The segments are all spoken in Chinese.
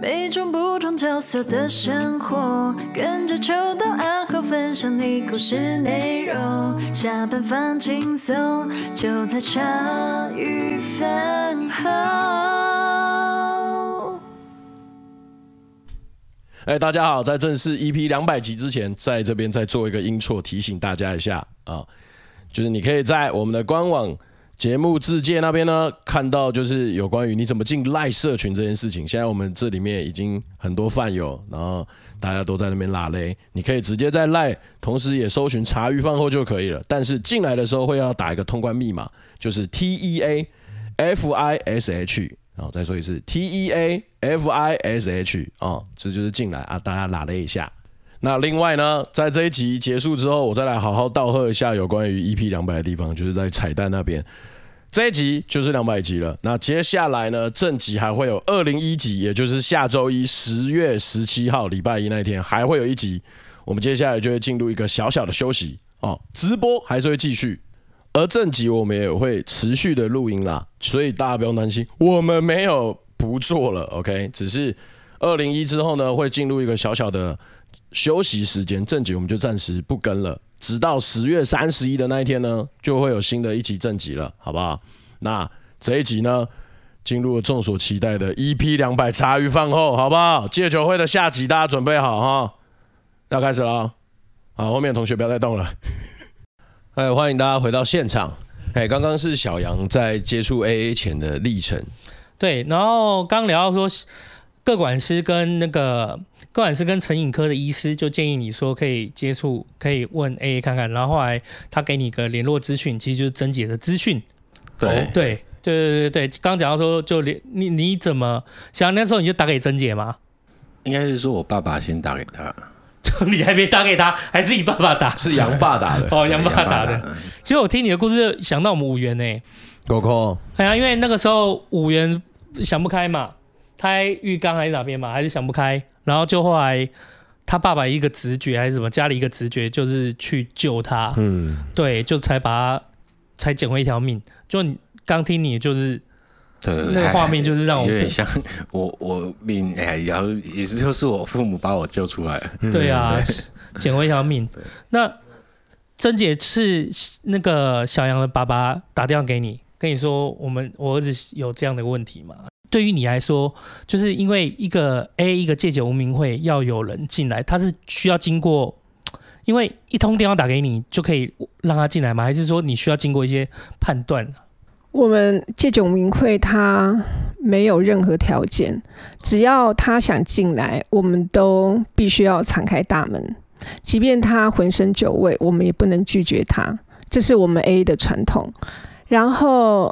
每种不同角色的生活，跟着秋到暗号分享你故事内容。下班放轻松，就在茶余饭后。 大家好，在正式 EP 200集之前，在这边再做一个intro提醒大家一下啊，就是你可以在我们的官网节目自介那边呢，看到就是有关于你怎么进 LINE 社群这件事情。现在我们这里面已经很多饭友，然后大家都在那边拉勒，你可以直接在 LINE， 同时也搜寻茶余飯後就可以了。但是进来的时候会要打一个通关密码，就是 TEAFISH， 然后再说一次 TEAFISH 这就是进来啊，大家拉勒一下。那另外呢，在这一集结束之后，我再来好好道贺一下有关于 EP 200的地方，就是在彩蛋那边。这一集就是200集了。那接下来呢，正集还会有201集，也就是下周一10月17号礼拜一那天还会有一集。我们接下来就会进入一个小小的休息直播还是会继续，而正集我们也会持续的录音啦，所以大家不用担心，我们没有不做了 ，OK？ 只是201之后呢，会进入一个小小的休息时间，正集我们就暂时不跟了，直到10月31的那一天呢，就会有新的一集正集了，好不好？那这一集呢，进入了众所期待的 EP 200茶余飯後，好不好？戒酒會的下集大家準備好哈，要開始了。好，後面的同學不要再動了。歡迎大家回到現場。剛剛是小楊在接觸 AA 前的歷程。 對，然後剛聊到說，個管師跟成癮科的醫師就建議你說可以接觸，可以問 AA 看看，然後後來他給你個聯絡資訊，其實就是曾姐的資訊。對，剛講到說就你怎麼想？那時候你就打給曾姐嗎？ 應該是說我爸爸先打給他。 你還沒打給他，還是你爸爸打？ 是楊爸打的。 楊爸打的。其實我聽你的故事想到我們五元欸。 Coco。 因為那個時候五元想不開嘛，他在浴缸還是哪邊嘛，還是想不開，然後就後來他爸爸一個直覺還是什麼，家裡一個直覺就是去救他，對，就才把他才撿回一條命。就剛聽你就是對那個畫面，就是讓我有點像我命然後也是就是我父母把我救出來了。 對啊，撿回一條命。那曾姐是那個小楊的爸爸打電話給你，跟你說我兒子有這樣的問題嘛？對於你來說，就是因為一個戒酒無名會要有人進來，他是需要經過，因為一通電話打給你就可以讓他進來嗎？還是說你需要經過一些判斷？ 我們戒酒無名會他沒有任何條件，只要他想進來，我們都必須要敞開大門，即便他渾身酒味，我們也不能拒絕他，這是我們 AA 的傳統。然後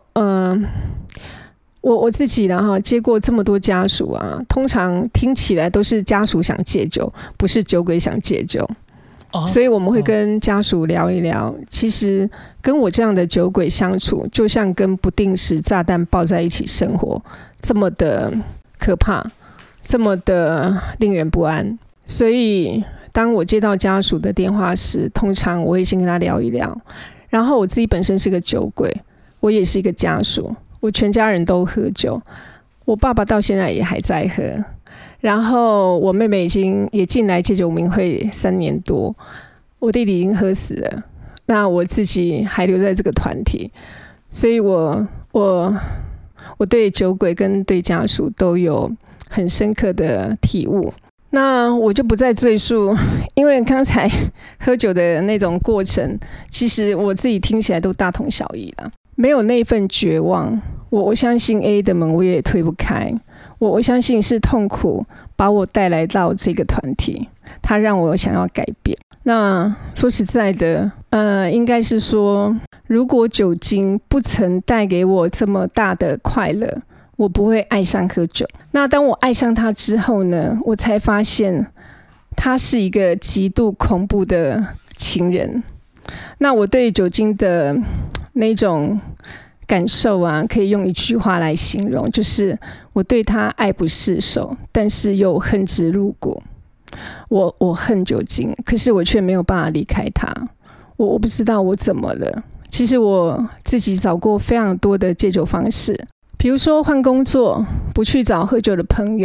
我自己然後接過這麼多家屬啊，通常聽起來都是家屬想戒酒，不是酒鬼想戒酒。所以我們會跟家屬聊一聊，其實跟我這樣的酒鬼相處，就像跟不定時炸彈抱在一起生活，這麼的可怕，這麼的令人不安。所以當我接到家屬的電話時，通常我會先跟他聊一聊。然後我自己本身是個酒鬼，我也是一個家屬，我全家人都喝酒，我爸爸到現在也還在喝。然後我妹妹也進來戒酒無名會3年多，我弟弟已經喝死了，那我自己還留在這個團體，所以我對酒鬼跟對家屬都有很深刻的體悟。那我就不再贅述，因為剛才喝酒的那種過程，其實我自己聽起來都大同小異了，沒有那份絕望，我相信 AA 的門我也推不開。我相信是痛苦把我帶來到這個團體，它讓我想要改變。那說實在的，應該是說，如果酒精不曾帶給我這麼大的快樂，我不會愛上喝酒。那當我愛上它之後呢，我才發現他是一個極度恐怖的情人。那我對酒精的那種感受啊，可以用一句話來形容，就是我對他愛不釋手，但是又恨之入骨。我恨酒精，可是我卻沒有辦法離開他。我不知道我怎麼了。其實我自己找過非常多的戒酒方式，比如說換工作，不去找喝酒的朋友，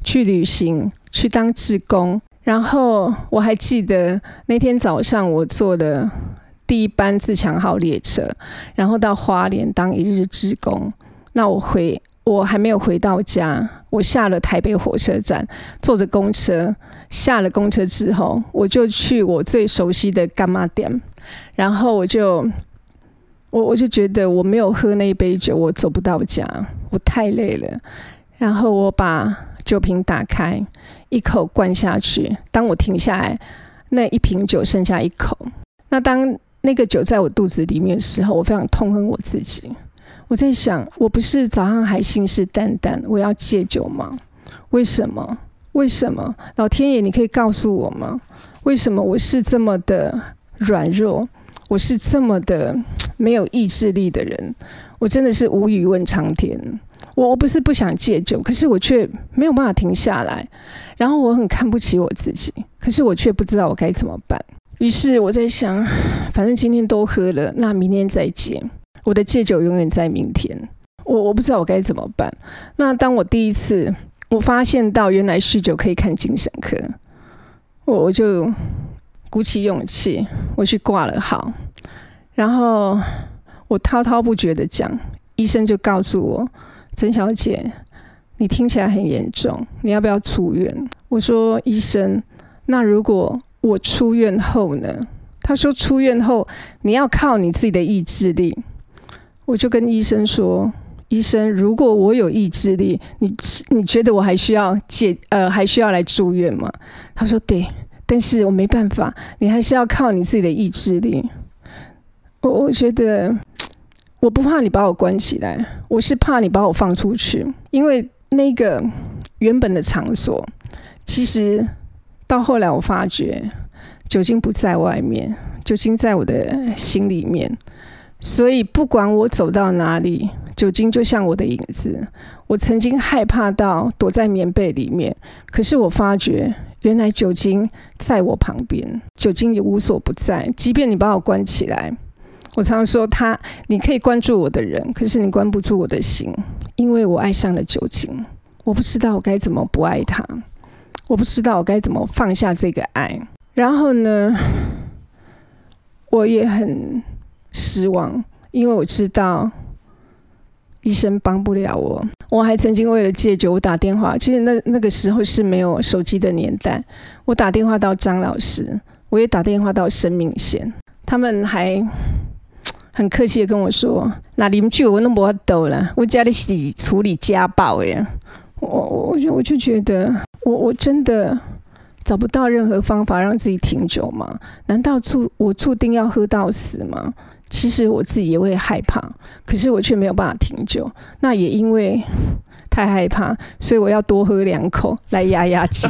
去旅行，去当志工。然后我还记得那天早上我坐了第一班自强号列车，然后到花莲当一日志工。那我还没有回到家，我下了台北火车站，坐着公车，下了公车之后，我就去我最熟悉的干妈店，然后我就觉得我没有喝那一杯酒，我走不到家，我太累了。然后我把酒瓶打开，一口灌下去。当我停下来，那一瓶酒剩下一口。那当那个酒在我肚子里面的时候，我非常痛恨我自己。我在想，我不是早上还信誓旦旦我要戒酒吗？为什么？为什么？老天爷，你可以告诉我吗？为什么我是这么的软弱？我是这么的没有意志力的人？我真的是无语问苍天。我不是不想戒酒，可是我却没有办法停下来。然后我很看不起我自己，可是我却不知道我该怎么办。于是我在想，反正今天都喝了，那明天再戒。我的戒酒永远在明天。我不知道我该怎么办。那当我第一次我发现到原来酗酒可以看精神科，我就鼓起勇气，我去挂了号。然后我滔滔不绝的讲，医生就告诉我，曾小姐，你听起来很严重，你要不要出院？我说，医生，那如果我出院后呢？他说，出院后你要靠你自己的意志力。我就跟医生说，医生，如果我有意志力，你觉得我还需要来住院吗？他说对，但是我没办法，你还是要靠你自己的意志力。我觉得我不怕你把我关起来，我是怕你把我放出去，因为那个原本的场所，其实到后来我发觉，酒精不在外面，酒精在我的心里面。所以不管我走到哪里，酒精就像我的影子。我曾经害怕到躲在棉被里面，可是我发觉原来酒精在我旁边，酒精也无所不在。即便你把我关起来，我常说你可以关注我的人，可是你关不住我的心，因为我爱上了酒精。我不知道我该怎么不爱它，我不知道我该怎么放下这个爱。然后呢，我也很失望，因为我知道医生帮不了我。我还曾经为了戒酒，我打电话，其实那个时候是没有手机的年代，我打电话到张老师，我也打电话到生命线，他们还很客气的跟我说，那啉酒我都没法度啦，我家里是处理家暴的。我就觉得我真的找不到任何方法让自己停酒吗？难道我注定要喝到死吗？其实我自己也会害怕，可是我却没有办法停酒。那也因为太害怕，所以我要多喝2口来压压惊。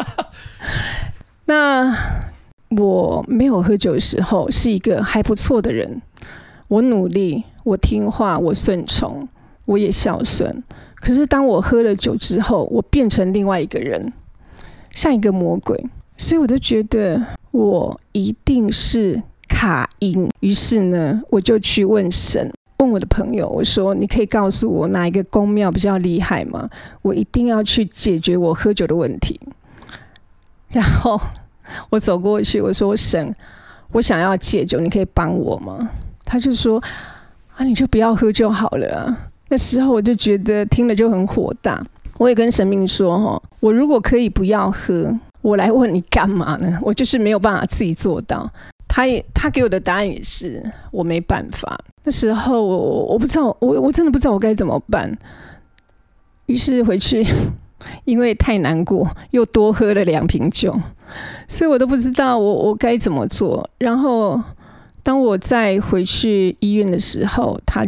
那我没有喝酒的时候是一个还不错的人，我努力，我听话，我顺从，我也孝顺。可是当我喝了酒之后，我变成另外一个人，像一个魔鬼。所以我就觉得我一定是卡因。于是呢，我就去问神，问我的朋友，我说，你可以告诉我哪一个宫庙比较厉害吗？我一定要去解决我喝酒的问题。然后我走过去，我说，神，我想要戒酒，你可以帮我吗？他就说，你就不要喝就好了啊。那时候我就觉得听了就很火大。我也跟神明说，我如果可以不要喝，我来问你干嘛呢？我就是没有办法自己做到。他给我的答案也是我没办法。那时候我不知道，我真的不知道我该怎么办。于是回去，因为太难过，又多喝了2瓶酒，所以我都不知道我该怎么做。然后当我再回去医院的时候，他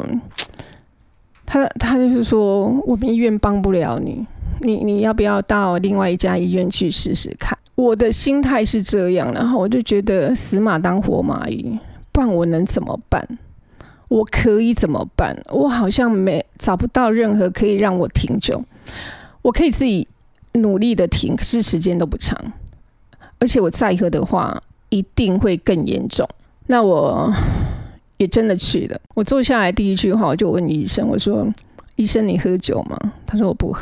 就是说，我们医院帮不了你，你要不要到另外一家医院去试试看？我的心态是这样，然后我就觉得死马当活马医，不然我能怎么办？我可以怎么办？我好像找不到任何可以让我停酒。我可以自己努力的停，可是时间都不长，而且我再喝的话一定会更严重。那我也真的去了。我坐下来第一句话我就问医生，我说，医生你喝酒吗？他说我不喝。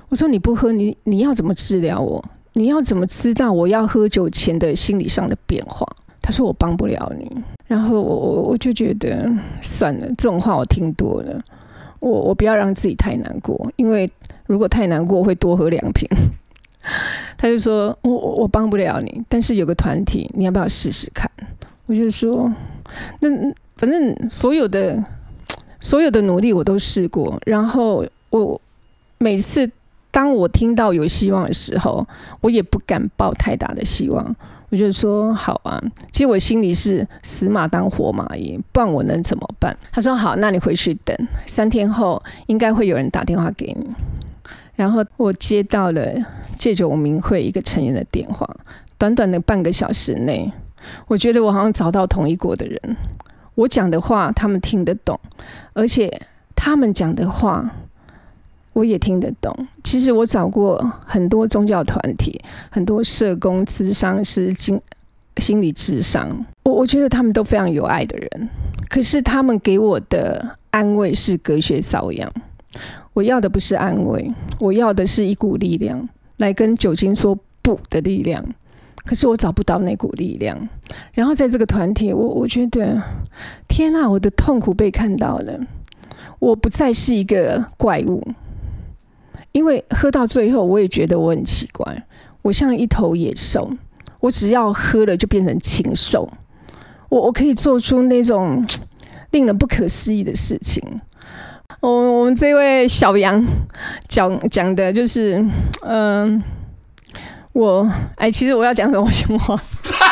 我说你不喝，你要怎么治疗我？你要怎么知道我要喝酒前的心理上的变化？他说我帮不了你。然后我就觉得算了，这种话我听多了，我不要让自己太难过，因为如果太难过会多喝2瓶。他就说我帮不了你，但是有个团体你要不要试试看？我就说那反正所有的努力我都试过，然后我每次当我听到有希望的时候，我也不敢抱太大的希望，我就说好啊。其实我心里是死马当活马医，不然我能怎么办？他说好，那你回去等，3天后应该会有人打电话给你。然后我接到了戒酒明会一个成员的电话，短短的半个小时内，我觉得我好像找到同一国的人，我讲的话他们听得懂，而且他们讲的话我也听得懂。其实我找过很多宗教团体，很多社工、咨商师、心理咨商，我觉得他们都非常有爱的人，可是他们给我的安慰是隔靴搔痒。我要的不是安慰，我要的是一股力量，来跟酒精说不的力量。可是我找不到那股力量。然后在这个团体，我觉得天啊，我的痛苦被看到了，我不再是一个怪物。因为喝到最后，我也觉得我很奇怪，我像一头野兽，我只要喝了就变成禽兽，我可以做出那种令人不可思议的事情。我们这位小杨讲的就是，其实我要讲什么情况？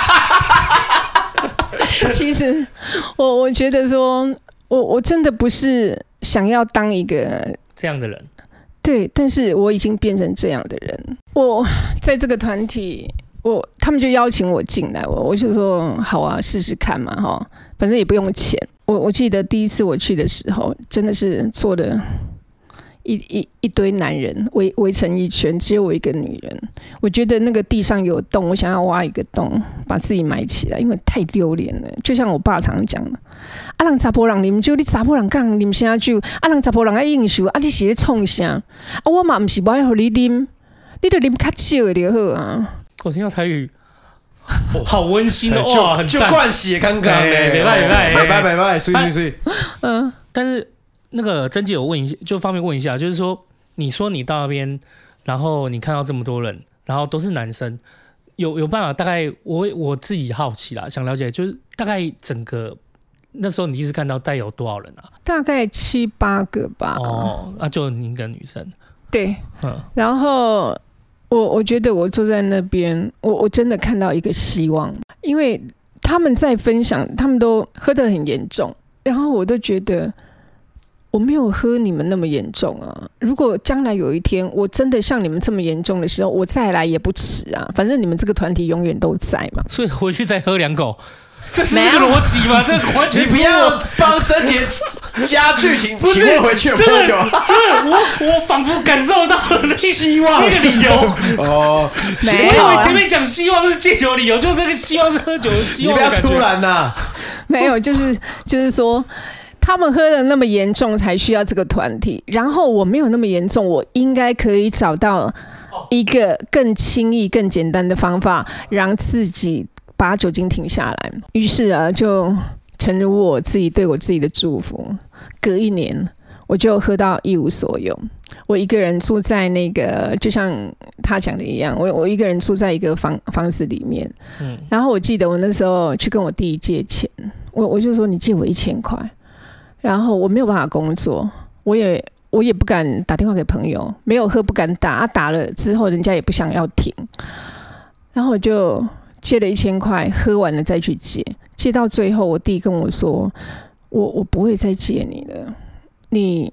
其实我觉得说，我真的不是想要当一个这样的人， 对，但是我已经变成这样的人。我在这个团体，他们就邀请我进来，我就说好啊，试试看嘛，哈，反正也不用钱。我记得第一次我去的时候，真的是坐了一堆男人围成一圈，只有我一个女人。我觉得那个地上有洞，我想要挖一个洞把自己埋起来，因为太丢脸了。就像我爸常讲的，啊，人查甫人啉酒，你查甫人敢啉啥酒？啊，人查甫人爱应酬，啊，你是咧创啥？啊，我嘛不是不爱互你啉，你就啉较少就好啊。 我听到台语。好温馨哦，哇，很就灌血刚刚嘞， 没办， 水。 但是那个珍姐有问一下，就方便问一下，就是说，你说你到那边，然后你看到这么多人，然后都是男生，有办法大概我自己好奇啦，想了解，就是大概整个那时候你第一次看到大概有多少人啊？ 大概7、8个吧。 哦，那就你一个女生。 对，然后。我觉得我坐在那边，我真的看到一个希望，因为他们在分享，他们都喝得很严重，然后我都觉得我没有喝你们那么严重啊。如果将来有一天我真的像你们这么严重的时候，我再来也不迟啊。反正你们这个团体永远都在嘛。 所以回去再喝2口。这是这个逻辑吗？这个完全你不要帮珍姐加剧情，请问回去有喝酒？ 就是我仿佛感受到了希望那个理由哦。 我以为前面讲希望是戒酒理由，就这个希望是喝酒的希望的感觉。 你不要突然呐！ 没有，就是说。他们喝的那么严重才需要这个团体，然后我没有那么严重，我应该可以找到一个更轻易、更简单的方法，让自己把酒精停下来。于是啊，就诚如我自己对我自己的祝福，隔1年我就喝到一无所有。我一个人住在那个，就像他讲的一样，我一个人住在一个房子里面。然后我记得我那时候去跟我弟借钱，我就说你借我1000块。然后我没有办法工作，我也不敢打电话给朋友，没有喝不敢打，打了之后人家也不想要停，然后我就借了1000块，喝完了再去借，借到最后我弟跟我说，我不会再借你了，你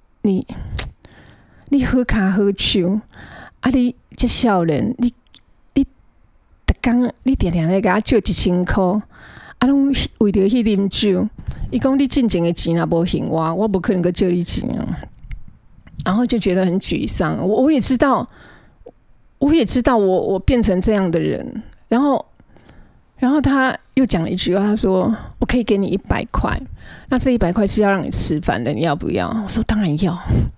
喝卡喝酒，啊你这少年，你每天你常常来给我借1000块。啊，拢为着去啉酒，伊讲你进前的钱也无还我不可能去借你钱啊。然后就觉得很沮丧。我也知道我变成这样的人。然后他又讲了一句话，他说：“我可以给你100块，那这100块是要让你吃饭的，你要不要？”我说：“当然要。”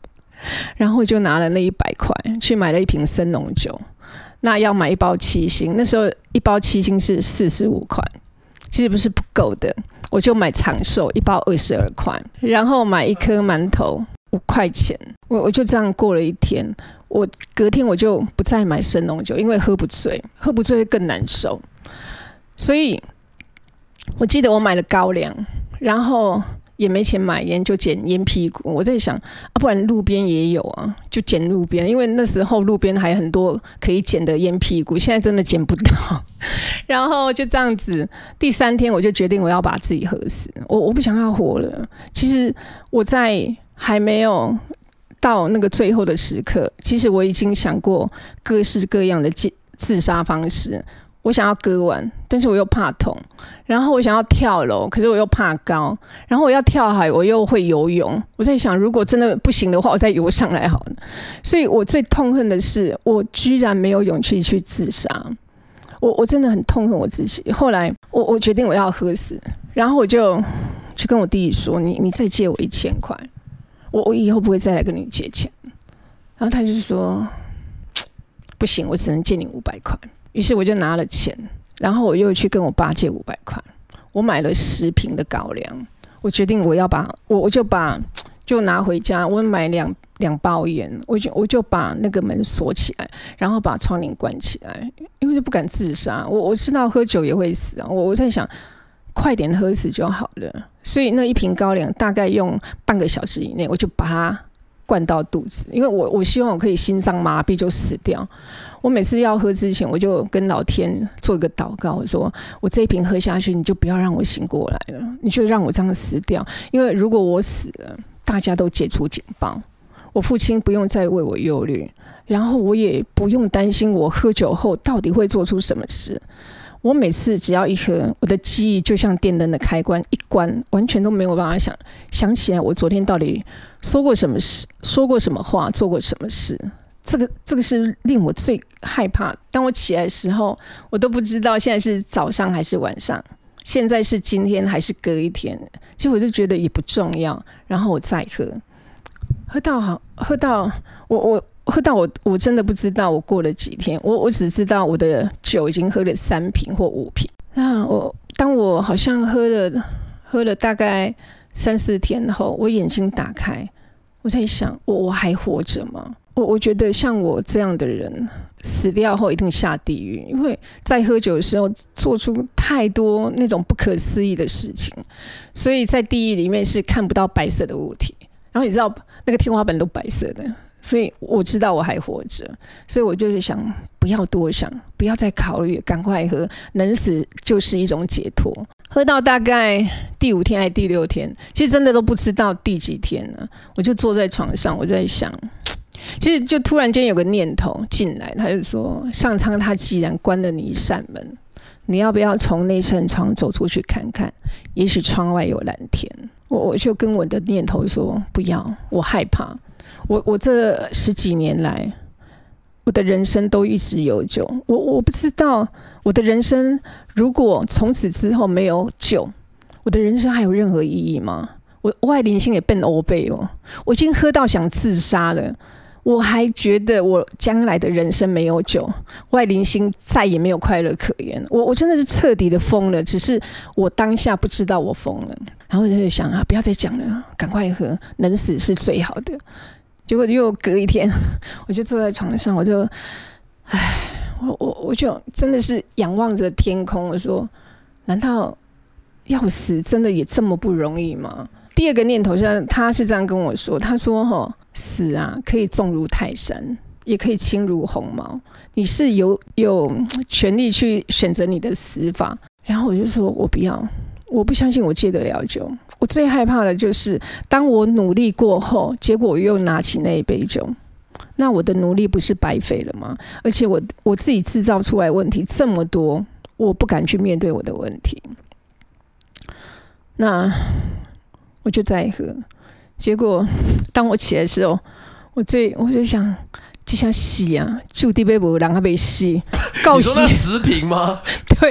然后我就拿了那100块去买了一瓶生浓酒。那要买1包7星，那时候1包7星是45块，其实不是不够的，我就买长寿1包22块，然后买1颗馒头5块钱，我就这样过了一天。我隔天我就不再买生浓酒，因为喝不醉会更难受。所以我记得我买了高粱，然后也没钱买烟，就捡烟屁股。我在想不然路边也有啊，就捡路边，因为那时候路边还很多可以捡的烟屁股，现在真的捡不到。然后就这样子，第3天我就决定我要把自己喝死，我不想要活了。其实我在还没有到那个最后的时刻，其实我已经想过各式各样的自杀方式。我想要割腕，但是我又怕痛，然后我想要跳楼，可是我又怕高，然后我要跳海，我又会游泳。我在想，如果真的不行的话，我再游上来好了。所以我最痛恨的是，我居然没有勇气去自杀。我真的很痛恨我自己。后来我决定我要喝死，然后我就去跟我弟弟说：“你再借我1000块，我以后不会再来跟你借钱。”然后他就说：“不行，我只能借你500块。”于是我就拿了钱，然后我又去跟我爸借500块，我买了10瓶的高粱。我决定我要就拿回家，我买2包烟，我就把那个门锁起来，然后把窗帘关起来，因为就不敢自杀。我知道喝酒也会死啊，我在想快点喝死就好了。所以那1瓶高粱大概用半个小时以内，我就把它灌到肚子，因为我希望我可以心脏麻痹就死掉。我每次要喝之前，我就跟老天做一个祷告，我说我这一瓶喝下去，你就不要让我醒过来了，你就让我这样死掉。因为如果我死了，大家都解除警报，我父亲不用再为我忧虑，然后我也不用担心我喝酒后到底会做出什么事。我每次只要一喝，我的记忆就像电灯的开关一关，完全都没有办法想起来我昨天到底说过什么事，说过什么话，做过什么事。这个是令我最害怕。当我起来的时候，我都不知道现在是早上还是晚上，现在是今天还是隔一天。其实我就觉得也不重要，然后我再喝到我真的不知道我过了几天，我只知道我的酒已经喝了3瓶或5瓶。那当我好像喝了大概3-4天后，我眼睛打开，我在想我还活着吗？我觉得像我这样的人死掉后一定下地狱，因为在喝酒的时候做出太多那种不可思议的事情，所以在地狱里面是看不到白色的物体，然后你知道那个天花板都白色的，所以我知道我还活着，所以我就是想不要多想，不要再考虑，赶快喝，能死就是一种解脱。喝到大概第5天还是第6天，其实真的都不知道第几天了，我就坐在床上，我就在想，其实就突然间有个念头进来，他就说上苍他既然关了你一扇门，你要不要从那扇窗走出去看看，也许窗外有蓝天。我就跟我的念头说不要，我害怕。我这10几年来，我的人生都一直有酒，我不知道我的人生如果从此之后没有酒，我的人生还有任何意义吗？我的灵性也变欧贝哦，我已经喝到想自杀了，我还觉得我将来的人生没有酒，外灵性再也没有快乐可言。我真的是彻底的疯了，只是我当下不知道我疯了。然后就想不要再讲了，赶快喝，能死是最好的。结果又隔一天，我就坐在床上，我就真的是仰望着天空，我说难道要死真的也这么不容易吗？第二个念头是他是这样跟我说，他说死啊可以重如泰山，也可以轻如鸿毛，你是有权利去选择你的死法。然后我就说我不要，我不相信我戒得了酒。我最害怕的就是当我努力过后，结果我又拿起那一杯酒，那我的努力不是白费了吗？而且我自己制造出来问题这么多，我不敢去面对我的问题。那我就再喝，结果当我起来的时候，我就想这下死啊，就地被没人还没死， 你说那10瓶吗？ 对，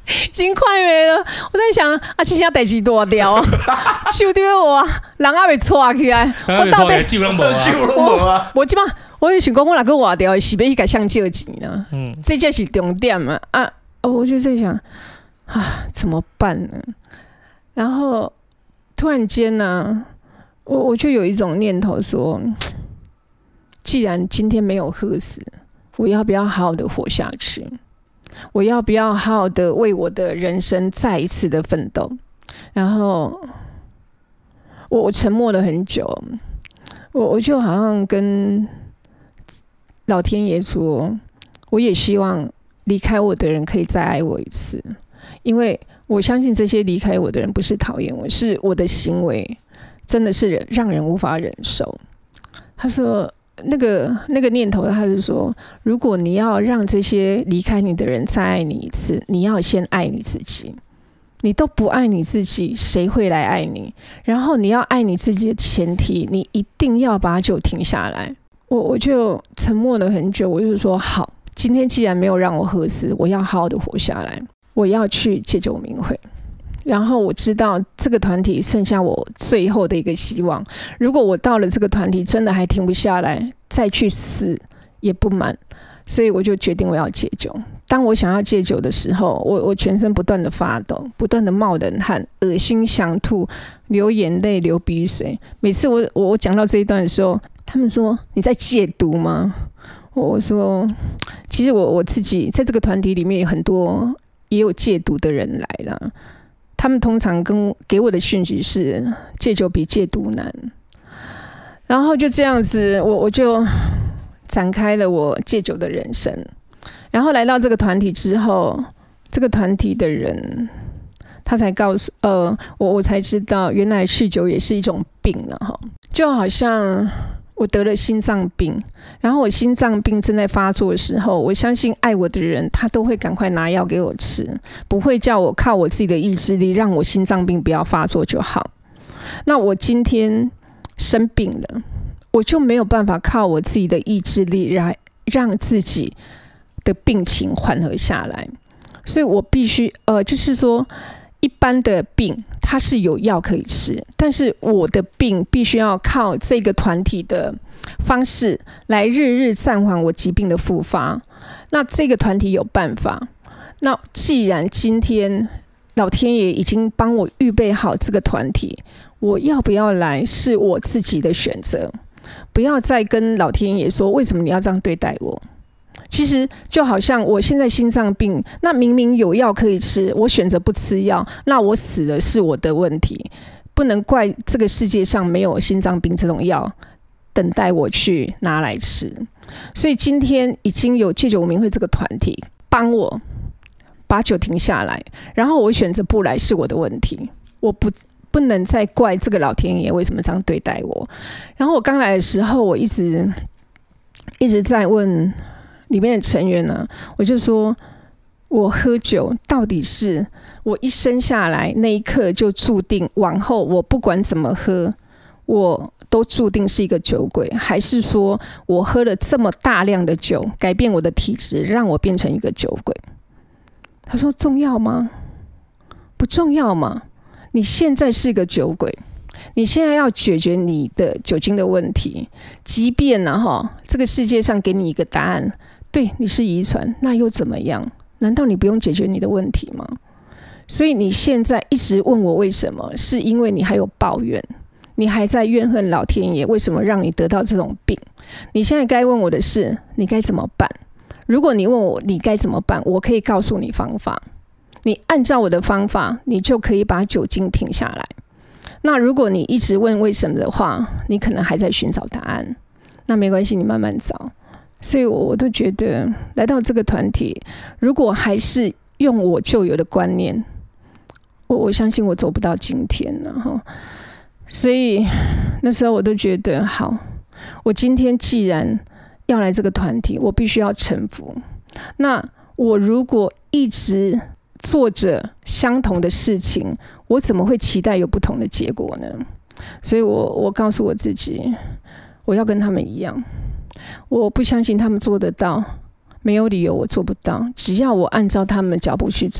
已经快没了。我在想啊，这下代志大条，手对我啊，人还没抓起来，我到底救人无啊？ 救人无啊！ 我即摆我就想讲，我若个活掉，是要去甲向借钱呢？这才是重点嘛啊！我就在想啊，怎么办呢？然后突然间呢，我就有一种念头说，既然今天没有喝死，我要不要好好的活下去？我要不要好好的为我的人生再一次的奋斗？然后我沉默了很久，我就好像跟老天爷说，我也希望离开我的人可以再爱我一次，因为我相信这些离开我的人不是讨厌我，是我的行为真的是让人无法忍受。他说那个念头，他是说，如果你要让这些离开你的人再爱你一次，你要先爱你自己。你都不爱你自己，谁会来爱你？然后你要爱你自己的前提，你一定要把酒停下来。我就沉默了很久，我就说好，今天既然没有让我喝死，我要好好的活下来，我要去戒酒明会。然后我知道这个团体剩下我最后的一个希望，如果我到了这个团体真的还停不下来，再去死也不满，所以我就决定我要戒酒。当我想要戒酒的时候，我全身不断的发抖，不断的冒冷汗，恶心想吐，流眼泪，流鼻水。每次我讲到这一段的时候，他们说你在戒毒吗？我说其实我自己在这个团体里面有很多也有戒毒的人来了，他们通常给我的讯息是戒酒比戒毒难。然后就这样子，我就展开了我戒酒的人生。然后来到这个团体之后，这个团体的人他才告诉我才知道原来酗酒也是一种病了哈。就好像我得了心脏病，然后我心脏病正在发作的时候，我相信爱我的人他都会赶快拿药给我吃，不会叫我靠我自己的意志力让我心脏病不要发作就好。那我今天生病了，我就没有办法靠我自己的意志力来让自己的病情缓和下来，所以我必须就是说一般的病它是有药可以吃，但是我的病必须要靠这个团体的方式来日日暂缓我疾病的复发。那这个团体有办法，那既然今天老天爷已经帮我预备好这个团体，我要不要来是我自己的选择，不要再跟老天爷说为什么你要这样对待我。其实就好像我现在心脏病，那明明有药可以吃，我选择不吃药，那我死了是我的问题，不能怪这个世界上没有心脏病这种药等待我去拿来吃。所以今天已经有戒酒明会这个团体帮我把酒停下来，然后我选择不来是我的问题，我不能再怪这个老天爷为什么这样对待我。然后我刚来的时候，我一直在问里面的成员呢，我就说我喝酒到底是我一生下来那一刻就注定往后我不管怎么喝我都注定是一个酒鬼，还是说我喝了这么大量的酒改变我的体质让我变成一个酒鬼？他说重要吗？不重要吗？你现在是个酒鬼，你现在要解决你的酒精的问题，即便这个世界上给你一个答案，对，你是遗传，那又怎么样？难道你不用解决你的问题吗？所以你现在一直问我为什么，是因为你还有抱怨，你还在怨恨老天爷为什么让你得到这种病。你现在该问我的是你该怎么办。如果你问我你该怎么办，我可以告诉你方法，你按照我的方法，你就可以把酒精停下来。那如果你一直问为什么的话，你可能还在寻找答案，那没关系，你慢慢找。所以我都觉得来到这个团体，如果还是用我旧有的观念，我相信我走不到今天了。所以那时候我都觉得好，我今天既然要来这个团体，我必须要臣服。那我如果一直做着相同的事情，我怎么会期待有不同的结果呢？所以我告诉我自己，我要跟他们一样。我不相信他们做得到，没有理由我做不到，只要我按照他们的脚步去走。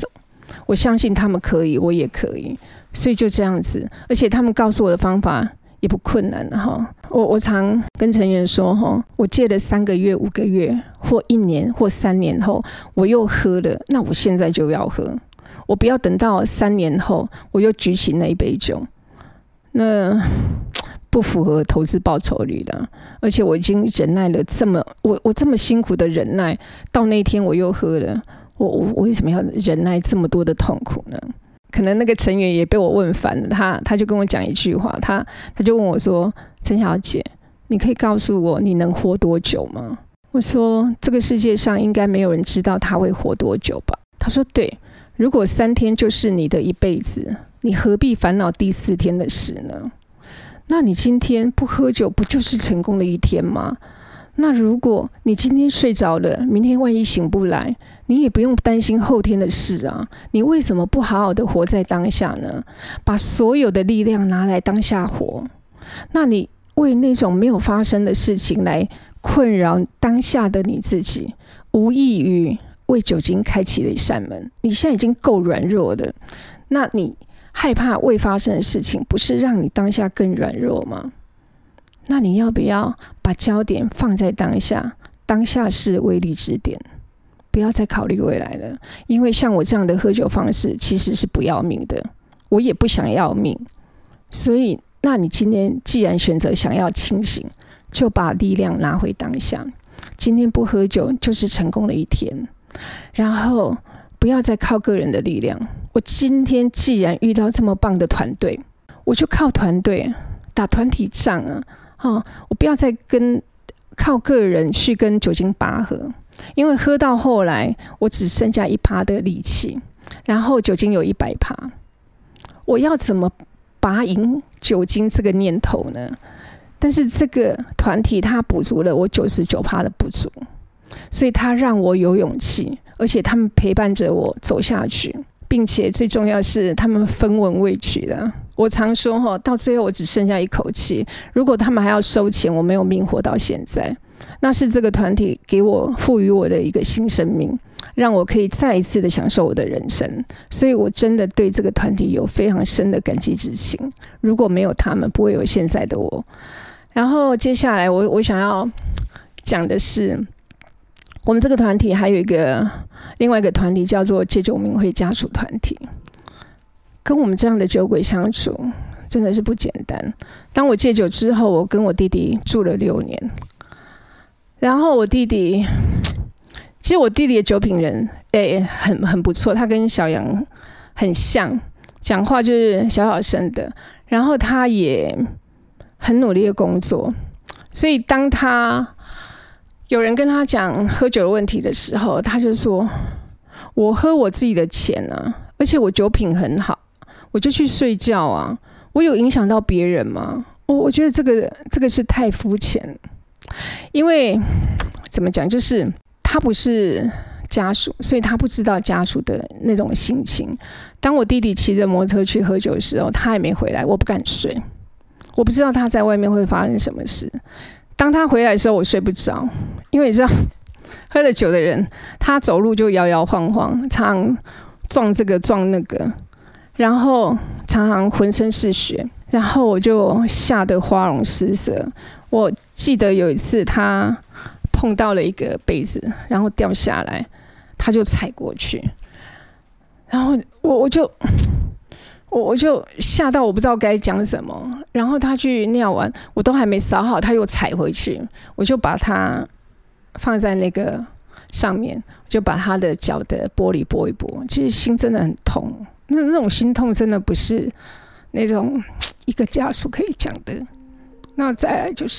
我相信他们可以，我也可以，所以就这样子。而且他们告诉我的方法也不困难哈。我常跟成员说哈，我戒了3个月、5个月，或1年或3年后，我又喝了，那我现在就要喝，我不要等到3年后我又举起那一杯酒，那不符合投资报酬率的。而且我已经忍耐了我这么辛苦的忍耐，到那一天我又喝了，我为什么要忍耐这么多的痛苦呢？可能那个成员也被我问烦了，他就跟我讲一句话，他就问我说：“陈小姐，你可以告诉我你能活多久吗？”我说：“这个世界上应该没有人知道他会活多久吧？”他说：“对，如果3天就是你的一辈子，你何必烦恼第4天的事呢？那你今天不喝酒，不就是成功的一天吗？那如果你今天睡着了，明天万一醒不来，你也不用担心后天的事啊。你为什么不好好的活在当下呢？把所有的力量拿来当下活。那你为那种没有发生的事情来困扰当下的你自己，无异于为酒精开启了一扇门。你现在已经够软弱的，那你害怕未发生的事情，不是让你当下更软弱吗？那你要不要把焦点放在当下？当下是威力之点，不要再考虑未来了。因为像我这样的喝酒方式其实是不要命的，我也不想要命。所以那你今天既然选择想要清醒，就把力量拿回当下。今天不喝酒就是成功的一天，然后不要再靠个人的力量。我今天既然遇到这么棒的团队，我就靠团队打团体仗啊！我不要再靠个人去跟酒精拔河，因为喝到后来我只剩下1%的力气，然后酒精有100%，我要怎么拔赢酒精这个念头呢？但是这个团体它补足了我99%的不足，所以它让我有勇气，而且他们陪伴着我走下去，并且最重要是他们分文未取的。我常说到最后我只剩下一口气，如果他们还要收钱，我没有命活到现在。那是这个团体给我赋予我的一个新生命，让我可以再一次的享受我的人生，所以我真的对这个团体有非常深的感激之情。如果没有他们，不会有现在的我。然后接下来我想要讲的是，我们这个团体还有另外一个团体叫做戒酒明会家属团体。跟我们这样的酒鬼相处真的是不简单。当我戒酒之后，我跟我弟弟住了6年，然后我弟弟，其实我弟弟的酒品人很不错，他跟小杨很像，讲话就是小小声的，然后他也很努力的工作，所以当他有人跟他讲喝酒的问题的时候，他就说：“我喝我自己的钱啊，而且我酒品很好，我就去睡觉啊，我有影响到别人吗？”我觉得这个是太肤浅，因为怎么讲，就是他不是家属，所以他不知道家属的那种心情。当我弟弟骑着摩托车去喝酒的时候，他还没回来，我不敢睡，我不知道他在外面会发生什么事。当他回来的时候，我睡不着，因为你知道，喝了酒的人，他走路就摇摇晃晃，常撞这个撞那个，然后常常浑身是血，然后我就吓得花容失色。我记得有一次他碰到了一个杯子，然后掉下来，他就踩过去，然后我就吓到我不知道该讲什么。然后他去尿完，我都还没扫好，他又踩回去，我就把他放在那个上面，就把他的脚的玻璃拨一拨。其实心真的很痛，那种心痛真的不是那种一个家属可以讲的。那再来就是，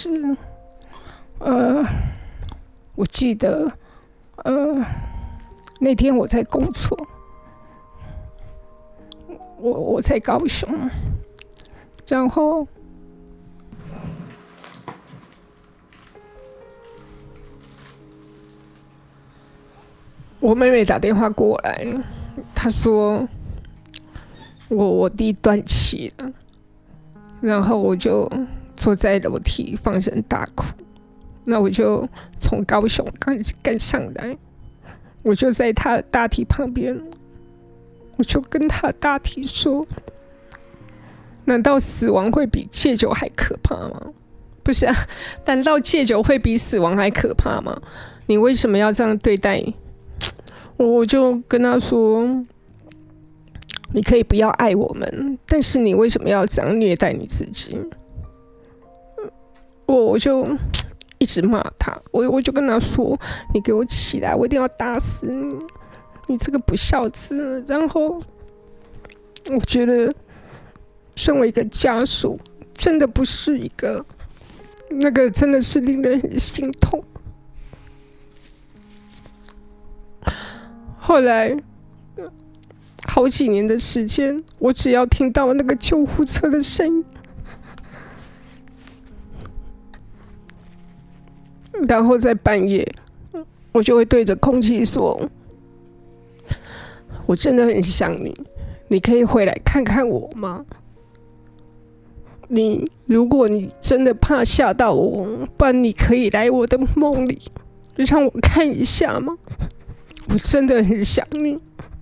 我记得，那天我在工作，我在高雄，然后我妹妹打电话过来，她说我弟断气了，然后我就坐在楼梯放声大哭。那我就从高雄赶上来，我就在他的大体旁边我就跟他大体说，难道死亡会比戒酒还可怕吗？不是啊，难道戒酒会比死亡还可怕吗？你为什么要这样对待？我就跟他说，你可以不要爱我们，但是你为什么要这样虐待你自己？我就一直骂他，我就跟他说，你给我起来，我一定要打死你！你这个不孝子。然后我觉得身为一个家属真的不是一个那个真的是令人很心痛。后来好几年的时间，我只要听到那个救护车的声音，然后在半夜我就会对着空气说，我真的很想你，你可以回来看看我吗？如果你真的怕吓到我，不然你可以来我的梦里让我看一下吗？我真的很想你。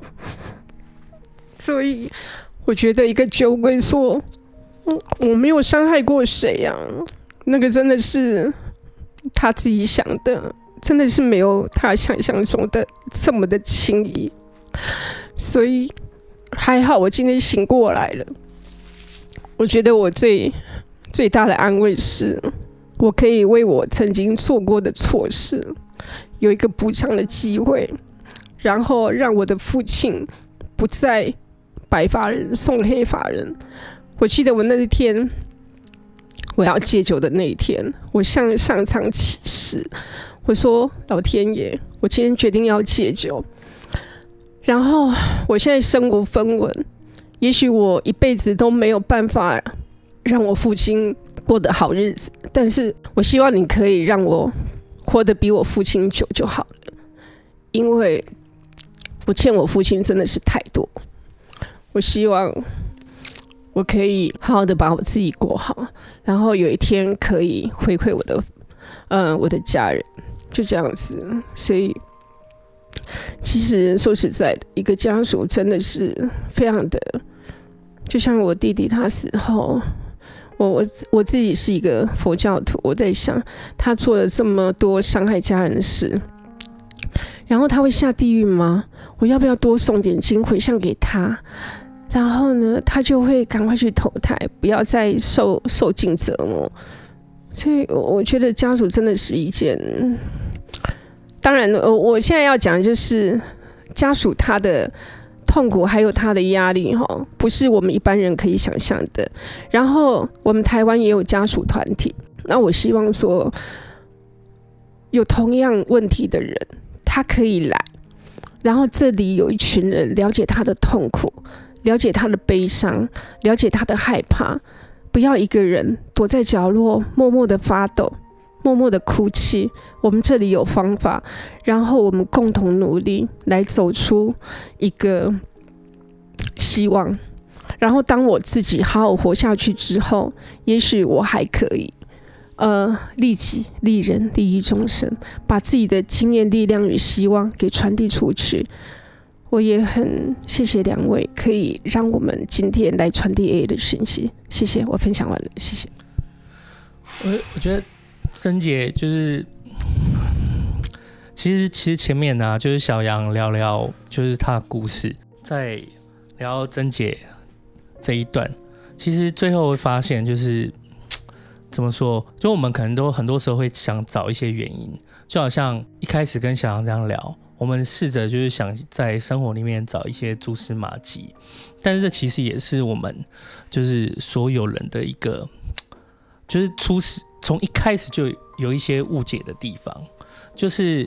所以我觉得一个酒鬼说我没有伤害过谁啊，那个真的是他自己想的，真的是没有他想象中的这么的轻易。所以还好我今天醒过来了。我觉得我最大的安慰是，我可以为我曾经做过的错事有一个补偿的机会，然后让我的父亲不再白发人送黑发人。我记得我那一天我要戒酒的那一天，我向上苍起誓，我说老天爷，我今天决定要戒酒，然后我现在身无分文，也许我一辈子都没有办法让我父亲过得好日子，但是我希望你可以让我活得比我父亲久就好了，因为我欠我父亲真的是太多。我希望我可以好好的把我自己过好，然后有一天可以回馈我的家人，就这样子。所以其实说实在的，一个家属真的是非常的，就像我弟弟他死后，我自己是一个佛教徒，我在想他做了这么多伤害家人的事，然后他会下地狱吗？我要不要多送点经回向给他？然后呢，他就会赶快去投胎，不要再受尽折磨。所以我觉得家属真的是一件，当然我现在要讲的就是家属他的痛苦还有他的压力不是我们一般人可以想象的。然后我们台湾也有家属团体，那我希望说有同样问题的人他可以来，然后这里有一群人了解他的痛苦，了解他的悲伤，了解他的害怕，不要一个人躲在角落默默的发抖，默默的哭泣。我们这里有方法，然后我们共同努力来走出一个希望。然后当我自己好好活下去之后，也许我还可以利己利人利益众生，把自己的经验力量与希望给传递出去。我也很谢谢两位可以让我们今天来传递 AA 的讯息，谢谢，我分享完了，谢谢。 我觉得珍姐就是其实前面啊，就是小杨聊聊就是他的故事，在聊珍姐这一段，其实最后会发现就是怎么说，就我们可能都很多时候会想找一些原因，就好像一开始跟小杨这样聊，我们试着就是想在生活里面找一些蛛丝马迹，但是这其实也是我们就是所有人的一个，就是从一开始就有一些误解的地方，就是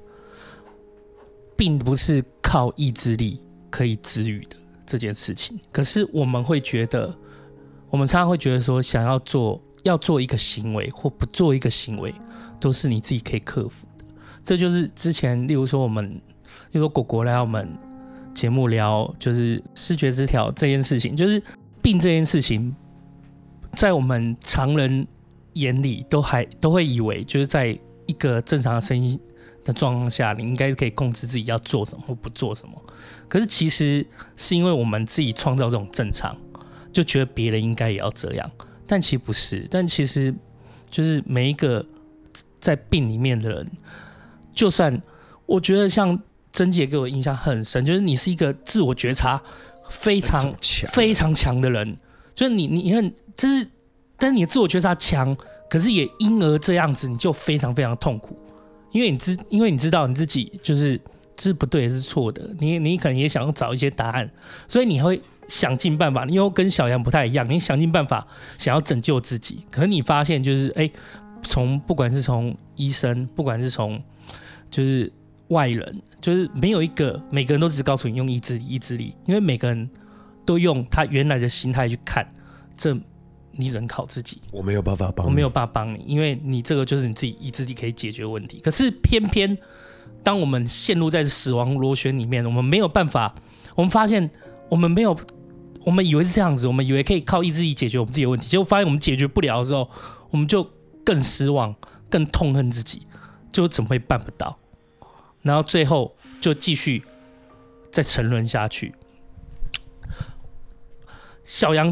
并不是靠意志力可以治愈的这件事情。可是我们会觉得，我们常常会觉得说，想要做一个行为或不做一个行为，都是你自己可以克服的。这就是之前，例如说果果来我们节目聊，就是视觉失调这件事情，就是病这件事情，在我们常人眼里都会以为，就是在一个正常的身心的状况下，你应该可以控制自己要做什么或不做什么。可是其实是因为我们自己创造这种正常，就觉得别人应该也要这样，但其实不是。但其实就是每一个在病里面的人，就算我觉得像珍姐给我印象很深，就是你是一个自我觉察非常非常强的人，就是你很就是，但是你的自我觉察强，可是也因而这样子，你就非常非常痛苦，因为你知道你自己就是这是不对是错的，你可能也想要找一些答案，所以你会想尽办法，你又跟小杨不太一样，你想尽办法想要拯救自己，可是你发现就是不管是从医生，不管是从就是外人，就是没有一个，每个人都只告诉你用意志力，因为每个人都用他原来的心态去看，这你只能靠自己， 我没有办法帮你， 我没有办法帮你，因为你这个就是你自己意志力可以解决问题。可是偏偏当我们陷入在死亡螺旋里面，我们没有办法，我们发现我们以为是这样子，我们以为可以靠意志力解决我们自己的问题，结果发现我们解决不了的时候，我们就更失望，更痛恨自己，就怎么会办不到？然后最后就继续再沉沦下去。小杨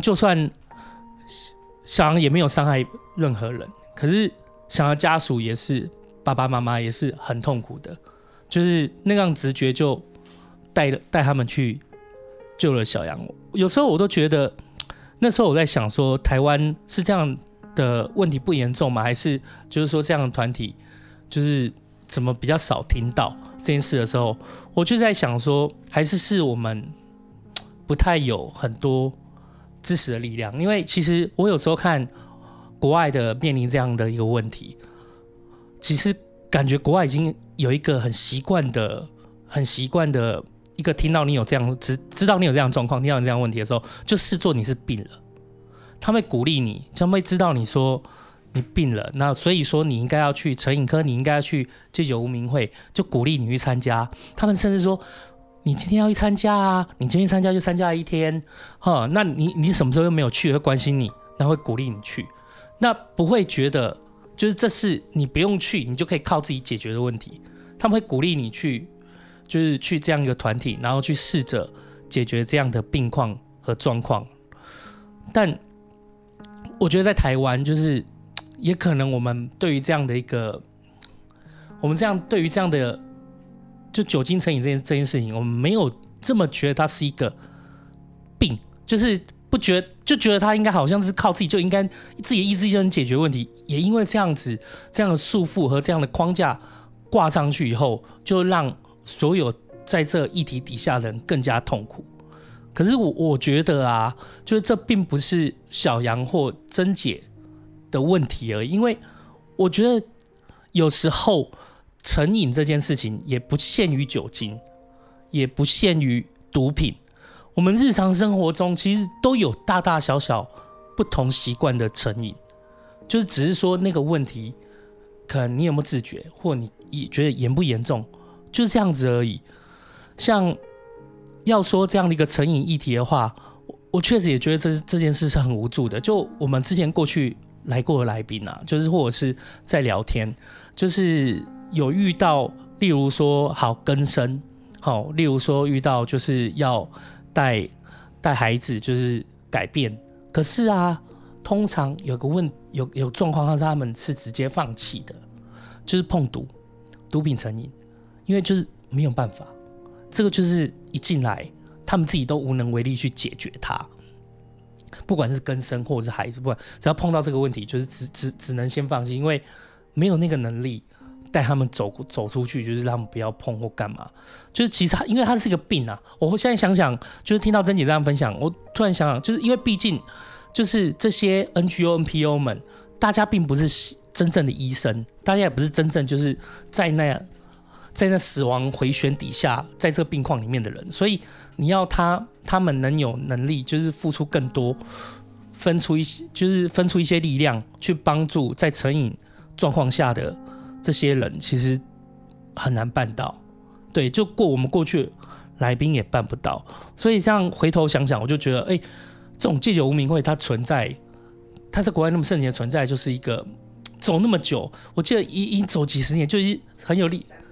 也没有伤害任何人，可是小杨家属也是，爸爸妈妈也是很痛苦的，就是那样直觉就带他们去救了小杨。有时候我都觉得，那时候我在想说，台湾是这样的问题不严重吗？还是就是说这样的团体就是怎么比较少听到这件事的时候，我就在想说，还是我们不太有很多支持的力量。因为其实我有时候看国外的面临这样的一个问题，其实感觉国外已经有一个很习惯的一个听到你有这样，知道你有这样的状况，听到你这样的问题的时候，就视作你是病了。他们会鼓励你，他们会知道你说你病了，那所以说你应该要去成瘾科，你应该要去戒酒无名会，就鼓励你去参加。他们甚至说，你今天要去参加啊，你今天参加就参加1天，那你什么时候又没有去，会关心你，然后会鼓励你去，那不会觉得就是这是你不用去，你就可以靠自己解决的问题。他们会鼓励你去，就是去这样一个团体，然后去试着解决这样的病况和状况。但我觉得在台湾，就是也可能我们对于这样的一个，对于这样的就酒精成瘾这件事情，我们没有这么觉得它是一个病，就是就觉得它应该好像是靠自己就应该自己的意志力就能解决问题。也因为这样的束缚和这样的框架挂上去以后，就让所有在这议题底下的人更加痛苦。可是我觉得啊，就是这并不是小杨或珍姐的问题而已，因为我觉得有时候成瘾这件事情也不限于酒精，也不限于毒品，我们日常生活中其实都有大大小小不同习惯的成瘾，就是只是说那个问题，可能你有没有自觉，或你觉得严不严重，就是这样子而已。像要说这样的一个成瘾议题的话，我确实也觉得这件事是很无助的。就我们之前过去来过的来宾啊，就是或者是在聊天，就是有遇到，例如说好更生，好，例如说遇到就是要带孩子，就是改变。可是啊，通常有状况，他们是直接放弃的，就是碰毒品成瘾，因为就是没有办法。这个就是一进来，他们自己都无能为力去解决它，不管是更生或者是孩子，不管只要碰到这个问题，就是只能先放弃，因为没有那个能力带他们走出去，就是让他们不要碰或干嘛。就是其实因为它是一个病啊，我现在想想，就是听到珍姐这样分享，我突然想想，就是因为毕竟就是这些 NGO、NPO 们，大家并不是真正的医生，大家也不是真正就是在那死亡回旋底下，在这个病况里面的人，所以你要他们能有能力，就是付出更多，分出一些力量去帮助在成瘾状况下的这些人，其实很难办到。对，就我们过去来宾也办不到，所以这样回头想想，我就觉得，这种戒酒无名会它存在，它在国外那么盛行的存在，就是一个走那么久，我记得一走几十年就很有力。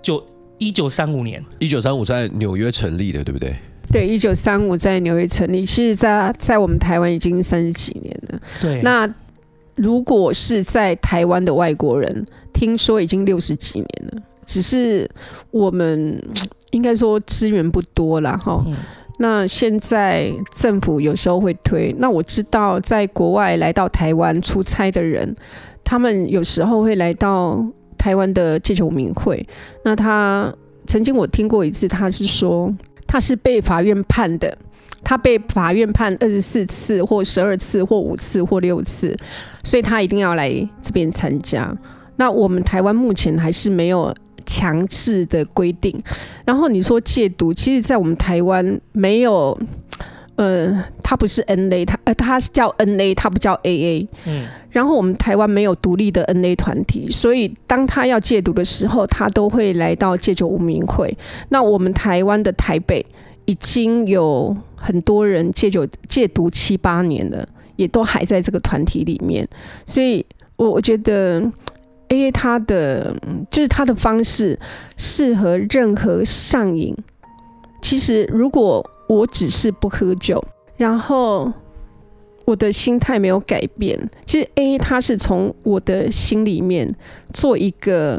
1935年 ，1935在纽约成立的，对不对？ 对，1935在纽约成立，其实在我们台湾已经30几年了。 对， 那如果是在台湾的外国人，听说已经60几年了，只是我们应该说资源不多啦齁。那现在政府有时候会推，那我知道在国外来到台湾出差的人，他们有时候会来到台湾的戒酒明会。那他曾经我听过一次，他是说他是被法院判的，他被法院判24次或12次或5次或6次，所以他一定要来这边参加。那我们台湾目前还是没有强制的规定。然后你说戒毒，其实在我们台湾没有，它不是 NA， 它叫 NA， 它不叫 AA。然后我们台湾没有独立的 NA 团体，所以当他要戒毒的时候，他都会来到戒酒无名会。那我们台湾的台北已经有很多人戒毒7、8年了，也都还在这个团体里面。所以我觉得AA 它的方式适合任何上瘾。其实如果我只是不喝酒，然后我的心态没有改变，其实 AA 它是从我的心里面做一个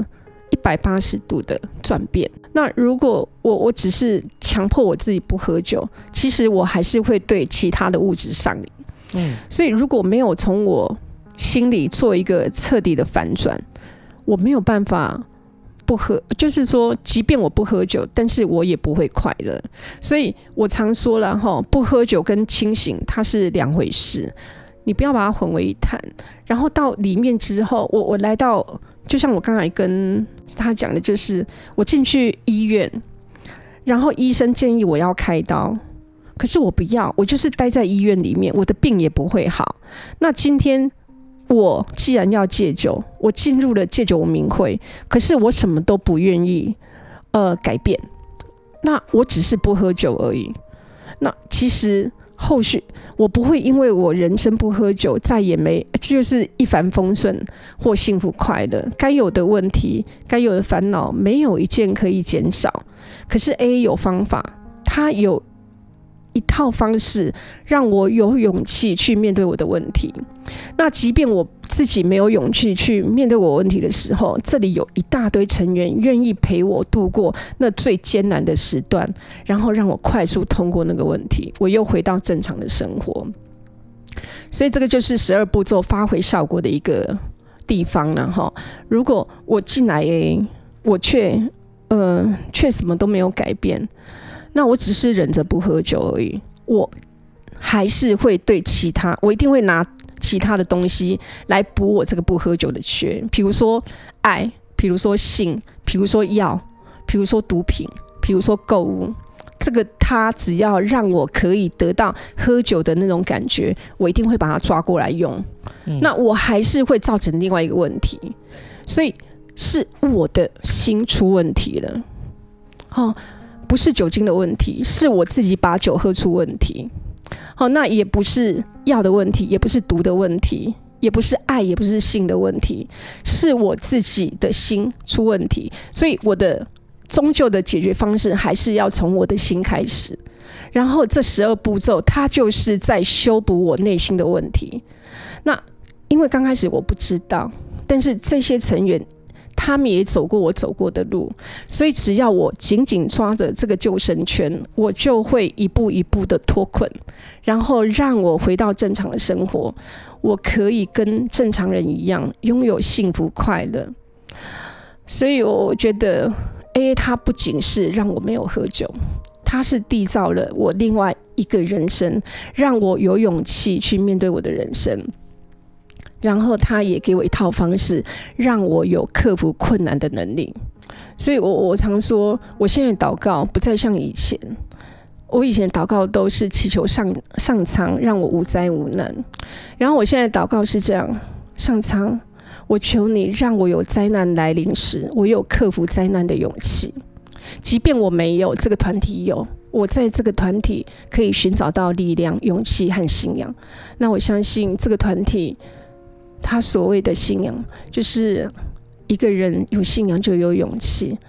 180度的转变。那如果我只是强迫我自己不喝酒，其实我还是会对其他的物质上瘾。所以如果没有从我心里做一个彻底的反转，我没有办法不喝，就是说即便我不喝酒，但是我也不会快乐。所以我常说了不喝酒跟清醒它是两回事，你不要把它混为一谈。然后到里面之后，我来到，就像我刚才跟他讲的，就是我进去医院，然后医生建议我要开刀，可是我不要，我就是待在医院里面，我的病也不会好。那今天我既然要戒酒，我进入了戒酒无名会，可是我什么都不愿意改变，那我只是不喝酒而已。那其实后续我不会因为我人生不喝酒再也没就是一帆风顺或幸福快乐，该有的问题该有的烦恼没有一件可以减少。可是 A 有方法，他有一套方式让我有勇气去面对我的问题。那即便我自己没有勇气去面对我问题的时候，这里有一大堆成员愿意陪我度过那最艰难的时段，然后让我快速通过那个问题，我又回到正常的生活。所以这个就是12步骤发挥效果的一个地方了。如果我进来我却什么都没有改变，那我只是忍着不喝酒而已，我还是会对我一定会拿其他的东西来补我这个不喝酒的缺，比如说爱，比如说性，比如说药，比如说毒品，比如说购物。这个他只要让我可以得到喝酒的那种感觉，我一定会把它抓过来用。那我还是会造成另外一个问题，所以是我的心出问题了。不是酒精的问题，是我自己把酒喝出问题。那也不是药的问题，也不是毒的问题，也不是爱，也不是性的问题，是我自己的心出问题。所以我的终究的解决方式还是要从我的心开始。然后这12步骤，它就是在修补我内心的问题。那因为刚开始我不知道，但是这些成员他们也走过我走过的路，所以只要我紧紧抓着这个救生圈，我就会一步一步的脱困，然后让我回到正常的生活，我可以跟正常人一样拥有幸福快乐。所以我觉得 AA 它不仅是让我没有喝酒，它是缔造了我另外一个人生，让我有勇气去面对我的人生。然后他也给我一套方式，让我有克服困难的能力。所以我常说，我现在祷告不再像以前。我以前祷告都是祈求上苍让我无灾无难，然后我现在祷告是这样：上苍，我求你让我有灾难来临时，我有克服灾难的勇气。即便我没有，这个团体有，我在这个团体可以寻找到力量、勇气和信仰。那我相信这个团体，他所谓的信仰，就是一个人有信仰就有勇气，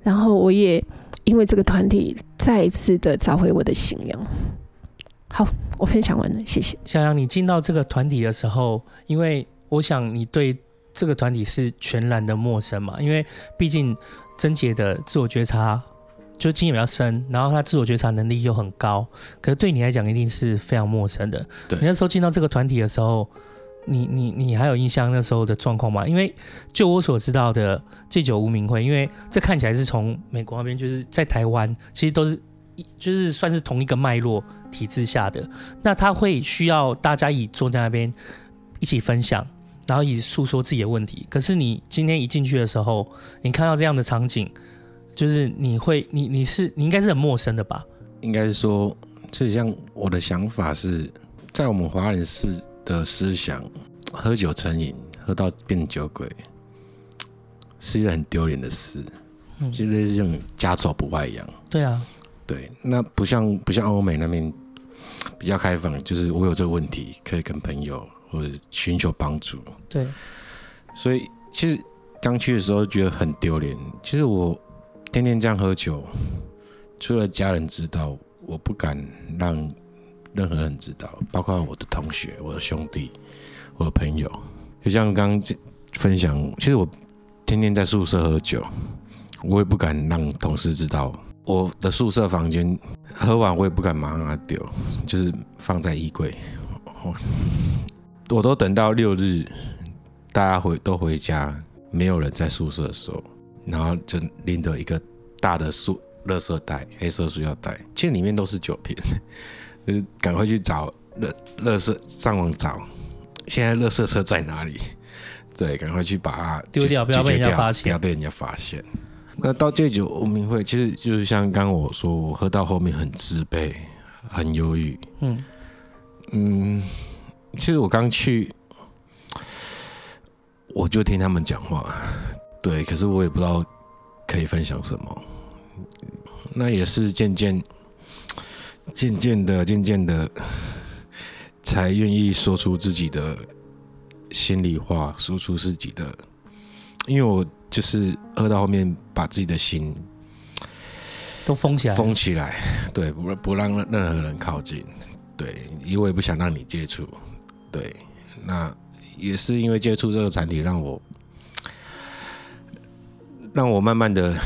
然后我也因为这个团体再一次的找回我的信仰。好，我分享完了，谢谢。 小杨，你进到这个团体的时候，因为我想你对这个团体是全然的陌生嘛，因为毕竟珍姐的自我觉察就经验比较深，然后她自我觉察能力又很高，可是对你来讲一定是非常陌生的。 对， 你那时候进到这个团体的时候，你还有印象那时候的状况吗？因为就我所知道的戒酒无名会，因为这看起来是从美国那边，就是在台湾，其实都是就是算是同一个脉络体制下的，那他会需要大家一起坐在那边一起分享，然后一起诉说自己的问题。可是你今天一进去的时候，你看到这样的场景，就是你应该是很陌生的吧？ 应该是说，就像我的想法是，在我们华人的思想，喝酒成瘾，喝到变酒鬼，是一件很丢脸的事，就类似像家丑不外扬。 对啊。 对，那不像欧美那边比较开放，就是我有这个问题可以跟朋友或者寻求帮助。 对， 所以其实刚去的时候觉得很丢脸。其实我天天这样喝酒，除了家人知道，我不敢让任何人知道，包括我的同学、我的兄弟、我的朋友。就像刚刚分享，其实我天天在宿舍喝酒，我也不敢让同事知道。我的宿舍房间喝完我也不敢马上把它丢，就是放在衣柜。我都等到6日大家都回家，没有人在宿舍的时候，然后就拎着一个大的垃圾袋，黑色塑料袋，其实里面都是酒瓶，就是赶快去找垃圾，上网找现在垃圾车在哪里，对，赶快去把它丢掉，不要被人家发现， 不要被人家发现。那到戒酒无名会，其实就是像刚刚我说，我喝到后面很自卑，很忧郁。其实我刚去，我就听他们讲话，对，可是我也不知道可以分享什么。那也是渐渐的，才愿意说出自己的心里话，说出自己的，因为我就是喝到后面，把自己的心都封起来， 对，不让任何人靠近，对，因为我也不想让你接触，对，那也是因为接触这个团体，让我慢慢的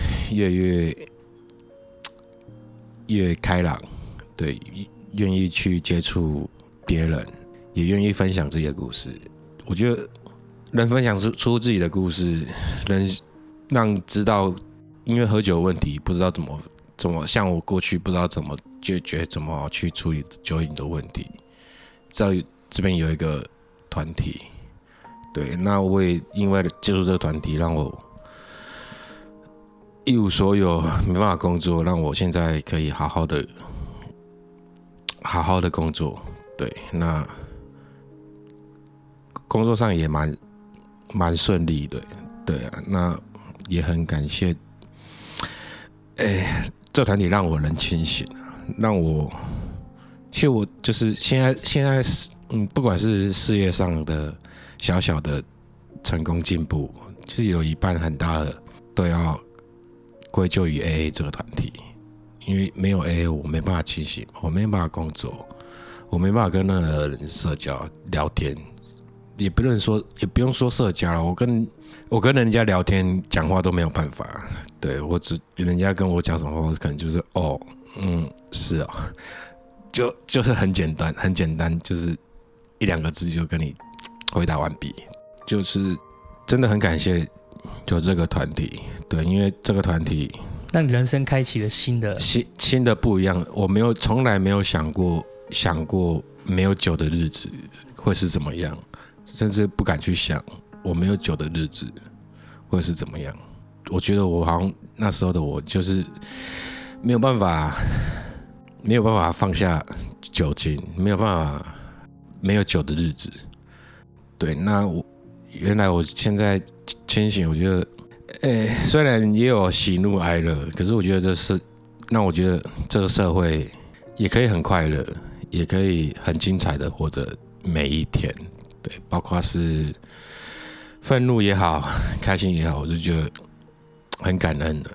越开朗，对，愿意去接触别人，也愿意分享自己的故事。我觉得能分享出自己的故事，能让知道，因为喝酒的问题不知道怎么像我过去不知道怎么解决，怎么去处理酒瘾的问题，在这边有一个团体，对，那我也因为接触这个团体，让我一无所有，没办法工作，让我现在可以好好的工作，对，那工作上也蛮顺利的，对啊，那也很感谢，这团体让我能清醒，让我，其实我就是现在，不管是事业上的小小的成功进步，其实有一半很大的都要归咎于 AA 这个团体，因为没有 AA 我没办法清醒，我没办法工作，我没办法跟任何人社交聊天。也不用说社交了，我跟人家聊天讲话都没有办法，对，人家跟我讲什么话，我可能就是是哦，就是很简单，就是1-2个字就跟你回答完毕，就是真的很感谢有这个团体，对，因为这个团体让你人生开启了新的不一样，我从来没有想过没有酒的日子会是怎么样。甚至不敢去想我没有酒的日子会是怎么样。我觉得我好像那时候的我就是没有办法放下酒精，没有办法没有酒的日子。对，那原来我现在清醒，我觉得，虽然也有喜怒哀乐，可是我觉得我觉得这个社会也可以很快乐，也可以很精彩的活着每一天。对，包括是愤怒也好，开心也好，我就觉得很感恩的。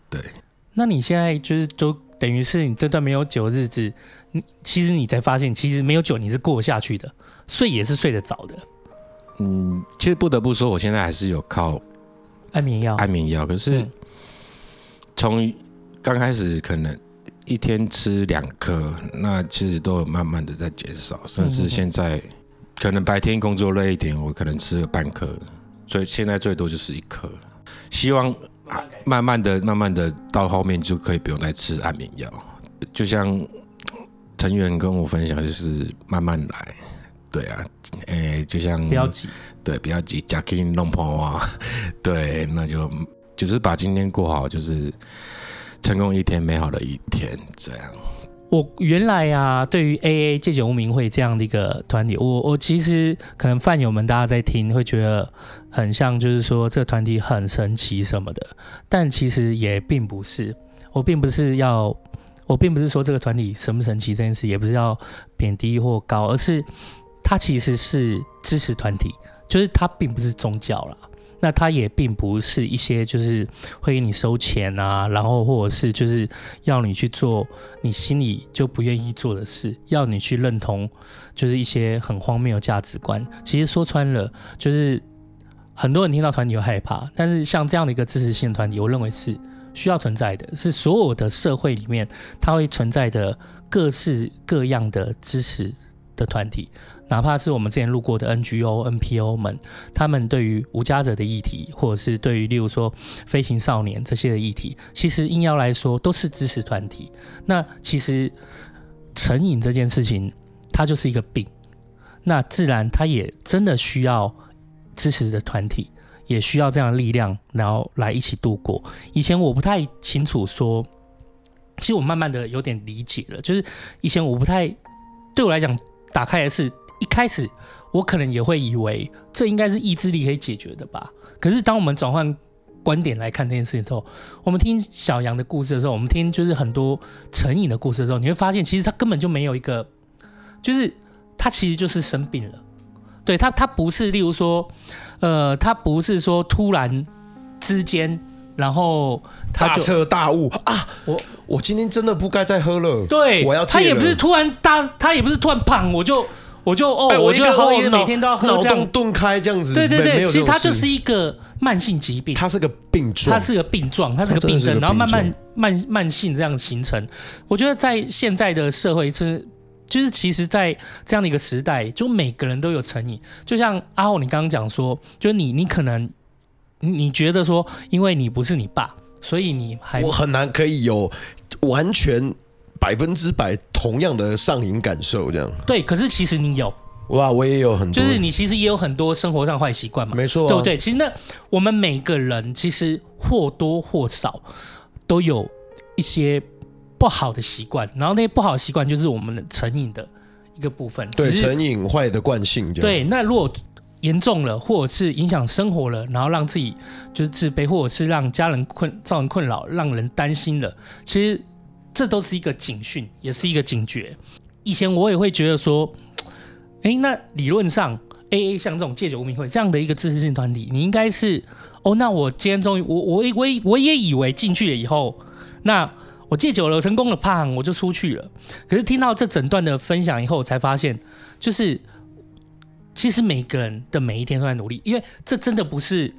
对， 那你现在就是都等于是你这段没有酒的日子，其实你才发现，其实没有酒你是过下去的，睡也是睡得早的。 其实不得不说，我现在还是有靠安眠药， 可是从刚开始可能一天吃2颗，那其实都有慢慢的在减少，甚至现在可能白天工作累一点，我可能吃了半颗，所以现在最多就是1颗。希望慢慢的到后面就可以不用再吃安眠药，就像成员跟我分享，就是慢慢来。对啊，就像不要急， 对，不要急，吃紧弄破啊，对，那就是把今天过好，就是成功一天，美好的一天，这样。 我原来啊，对于 AA 戒酒无名会这样的一个团体，我其实可能饭友们大家在听会觉得很像，就是说这个团体很神奇什么的，但其实也并不是。我并不是说这个团体神不神奇这件事，也不是要贬低或高，而是它其实是支持团体，就是它并不是宗教啦。那它也并不是一些就是会给你收钱啊，然后或者是就是要你去做你心里就不愿意做的事，要你去认同就是一些很荒谬的价值观。其实说穿了，就是很多人听到团体会害怕，但是像这样的一个支持性的团体，我认为是需要存在的，是所有的社会里面它会存在的各式各样的支持的团体。哪怕是我们之前路过的 NGO、NPO 们，他们对于无家者的议题，或者是对于例如说飞行少年这些的议题，其实硬要来说都是支持团体。那其实成瘾这件事情，它就是一个病，那自然它也真的需要支持的团体，也需要这样的力量，然后来一起度过。以前我不太清楚说，其实我慢慢的有点理解了，就是以前我不太，对我来讲打开的是。一开始我可能也会以为这应该是意志力可以解决的吧，可是当我们转换观点来看这件事情之后，我们听小杨的故事的时候，我们听就是很多成瘾的故事的时候，你会发现其实他根本就没有一个，就是他其实就是生病了。对，他不是例如说他不是说突然之间然后他就大彻大悟啊！我今天真的不该再喝了。 对， 我要戒了。 他也不是突然他也不是突然胖，我就好也每天都要喝这样， 脑洞顿开这样子。 对，其实它就是一个慢性疾病， 它是个病状， 它是个病状，它是个病症，然后慢性这样形成。我觉得在现在的社会就是其实，在这样的一个时代，就每个人都有成瘾。就像阿浩你刚刚讲说，就是你可能你觉得说，因为你不是你爸，所以我很难可以有完全100%同样的上瘾感受，这样。 对，可是其实你有。 哇，我也有很多， 就是你其实也有很多生活上坏习惯嘛， 没错、啊， 对不对？其实我们每个人其实或多或少都有一些不好的习惯，然后那些不好的习惯就是我们的成瘾的一个部分。 对，成瘾坏的惯性。 对，那如果严重了，或者是影响生活了，然后让自己就是自卑，或者是让家人造成困扰，让人担心了，其实这都是一个警讯，也是一个警觉。以前我也会觉得说，那理论上 AA 像这种戒酒无名会这样的一个支持性团体，你应该是那我今天终于我也以为进去了以后，那我戒酒了，成功了，胖我就出去了。可是听到这整段的分享以后，我才发现，就是其实每个人的每一天都在努力，因为这真的不是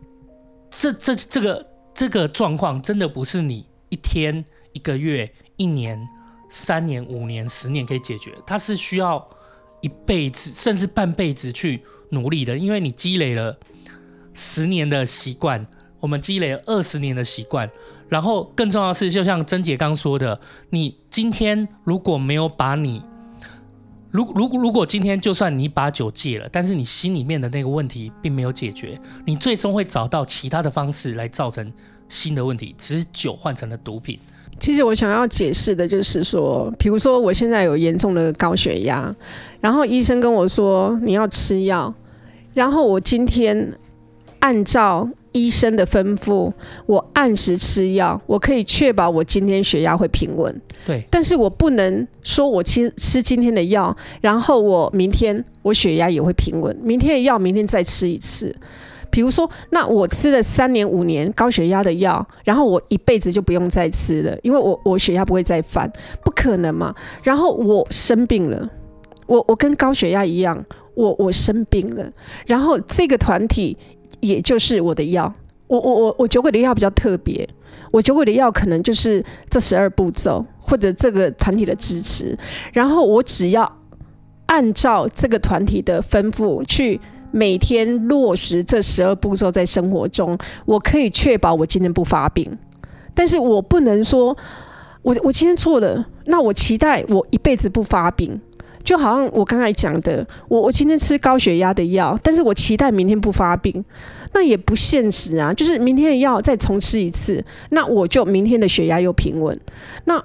这个状况，真的不是你一天、一个月、1年、3年、5年、10年可以解决，它是需要一辈子甚至半辈子去努力的，因为你积累了10年的习惯，我们积累了20年的习惯，然后更重要的是，就像珍姐刚说的，你今天如果没有把你如果今天就算你把酒戒了，但是你心里面的那个问题并没有解决，你最终会找到其他的方式来造成新的问题，只是酒换成了毒品。 其实我想要解释的就是说，比如说我现在有严重的高血压，然后医生跟我说你要吃药，然后我今天按照医生的吩咐，我按时吃药，我可以确保我今天血压会平稳。 对， 但是我不能说我吃今天的药，然后我明天我血压也会平稳，明天的药明天再吃一次。 比如说，那我吃了3年5年高血压的药，然后我一辈子就不用再吃了，因为我血压不会再犯，不可能嘛。然后我生病了，我跟高血压一样，我生病了，然后这个团体也就是我的药。我酒鬼的药比较特别，我酒鬼的药可能就是这12步骤或者这个团体的支持，然后我只要按照这个团体的吩咐去每天落实这12步骤在生活中，我可以确保我今天不发病。但是我不能说我今天错了，那我期待我一辈子不发病。就好像我刚才讲的，我今天吃高血压的药，但是我期待明天不发病，那也不现实啊。就是明天的药再重吃一次，那我就明天的血压又平稳。那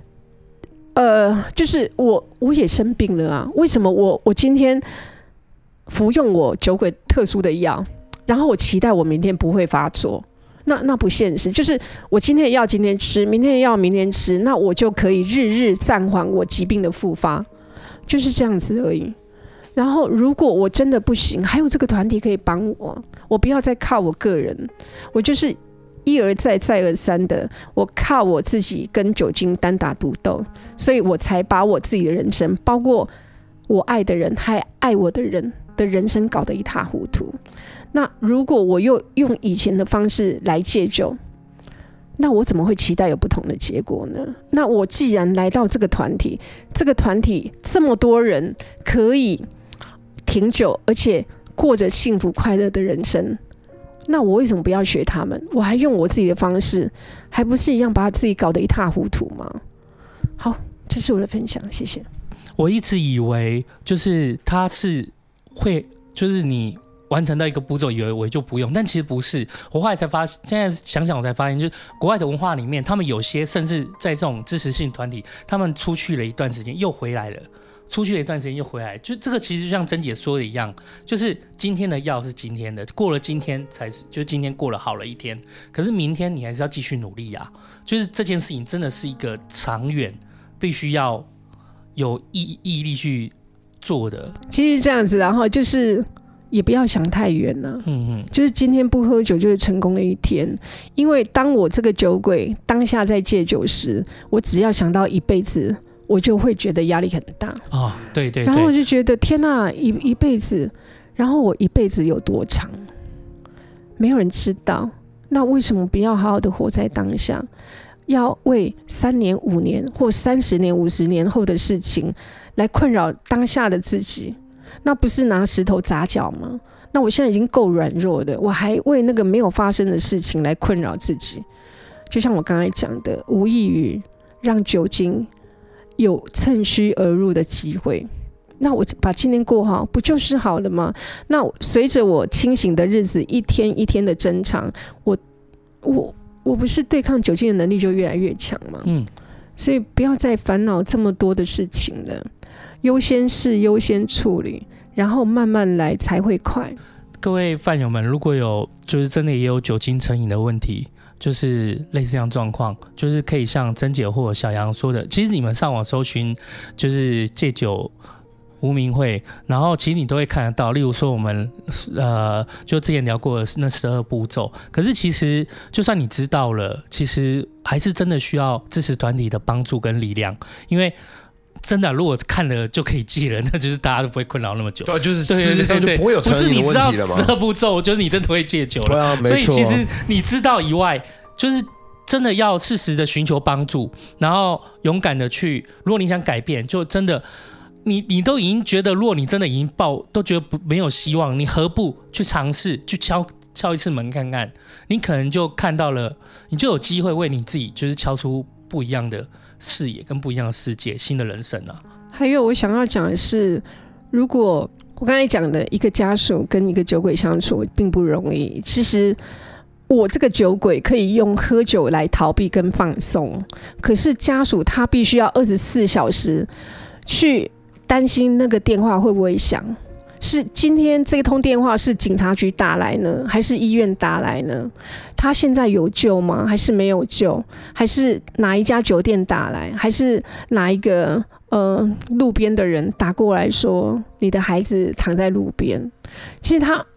就是我也生病了啊，为什么我今天服用我酒鬼特殊的药，然后我期待我明天不会发作？那不现实。就是我今天的药今天吃，明天的药明天吃，那我就可以日日暂缓我疾病的复发。就是这样子而已。然后如果我真的不行，还有这个团体可以帮我不要再靠我个人，我就是一而再再而三的，我靠我自己跟酒精单打独斗，所以我才把我自己的人生，包括我爱的人还爱我的人的人生搞得一塌糊涂。那如果我又用以前的方式来戒酒，那我怎么会期待有不同的结果呢？那我既然来到这个团体，这么多人可以停酒，而且过着幸福快乐的人生，那我为什么不要学他们？我还用我自己的方式，还不是一样把自己搞得一塌糊涂吗？好，这是我的分享，谢谢。 我一直以为就是他是会，就是你完成到一个步骤，以为我就不用，但其实不是。我后来才发现，现在想想我才发现，就是国外的文化里面，他们有些甚至在这种支持性团体，他们出去了一段时间又回来了，出去了一段时间又回来，就这个其实就像珍姐说的一样，就是今天的药是今天的，过了今天才是，就今天过了好了一天，可是明天你还是要继续努力啊。就是这件事情真的是一个长远，必须要有毅力去做的。 其实这样子，然后就是也不要想太远了，就是今天不喝酒就是成功的一天。因为当我这个酒鬼当下在戒酒时，我只要想到一辈子，我就会觉得压力很大对对对， 然后我就觉得天哪，一辈子，然后我一辈子有多长，没有人知道。那为什么不要好好的活在当下？要为3年5年或30年50年后的事情来困扰当下的自己？那不是拿石头砸脚吗？那我现在已经够软弱的，我还为那个没有发生的事情来困扰自己。就像我刚才讲的，无异于让酒精有趁虚而入的机会。那我把今天过好，不就是好了吗？那随着我清醒的日子一天一天的增长，我不是对抗酒精的能力就越来越强吗？所以不要再烦恼这么多的事情了，优先事优先处理，然后慢慢来才会快。 各位饭友们，如果有就是真的也有酒精成瘾的问题，就是类似这样状况，就是可以像珍姐或者小杨说的，其实你们上网搜寻就是戒酒无名会，然后其实你都会看得到，例如说我们就之前聊过的那12步骤，可是其实就算你知道了，其实还是真的需要支持团体的帮助跟力量，因为真的如果看了就可以戒了，那就是大家都不会困扰那么久。 对，就是事实上就不会有成瘾的问题了嘛。 不是你知道12步骤，就是你真的会戒酒了。 对啊，没错。 所以其实你知道以外，就是真的要适时的寻求帮助，然后勇敢的去。如果你想改变，就真的你都已经觉得，如果你真的已经都觉得没有希望，你何不去尝试，去敲一次门看看？你可能就看到了，你就有机会为你自己就是敲出不一样的视野跟不一样的世界，新的人生啊。 还有我想要讲的是，如果我刚才讲的一个家属跟一个酒鬼相处并不容易，其实我这个酒鬼可以用喝酒来逃避跟放松，可是家属他必须要24小时去担心那个电话会不会响，是今天这通电话是警察局打来呢，还是医院打来呢？他现在有救吗？还是没有救？还是哪一家酒店打来？还是哪一个路边的人打过来说你的孩子躺在路边？其实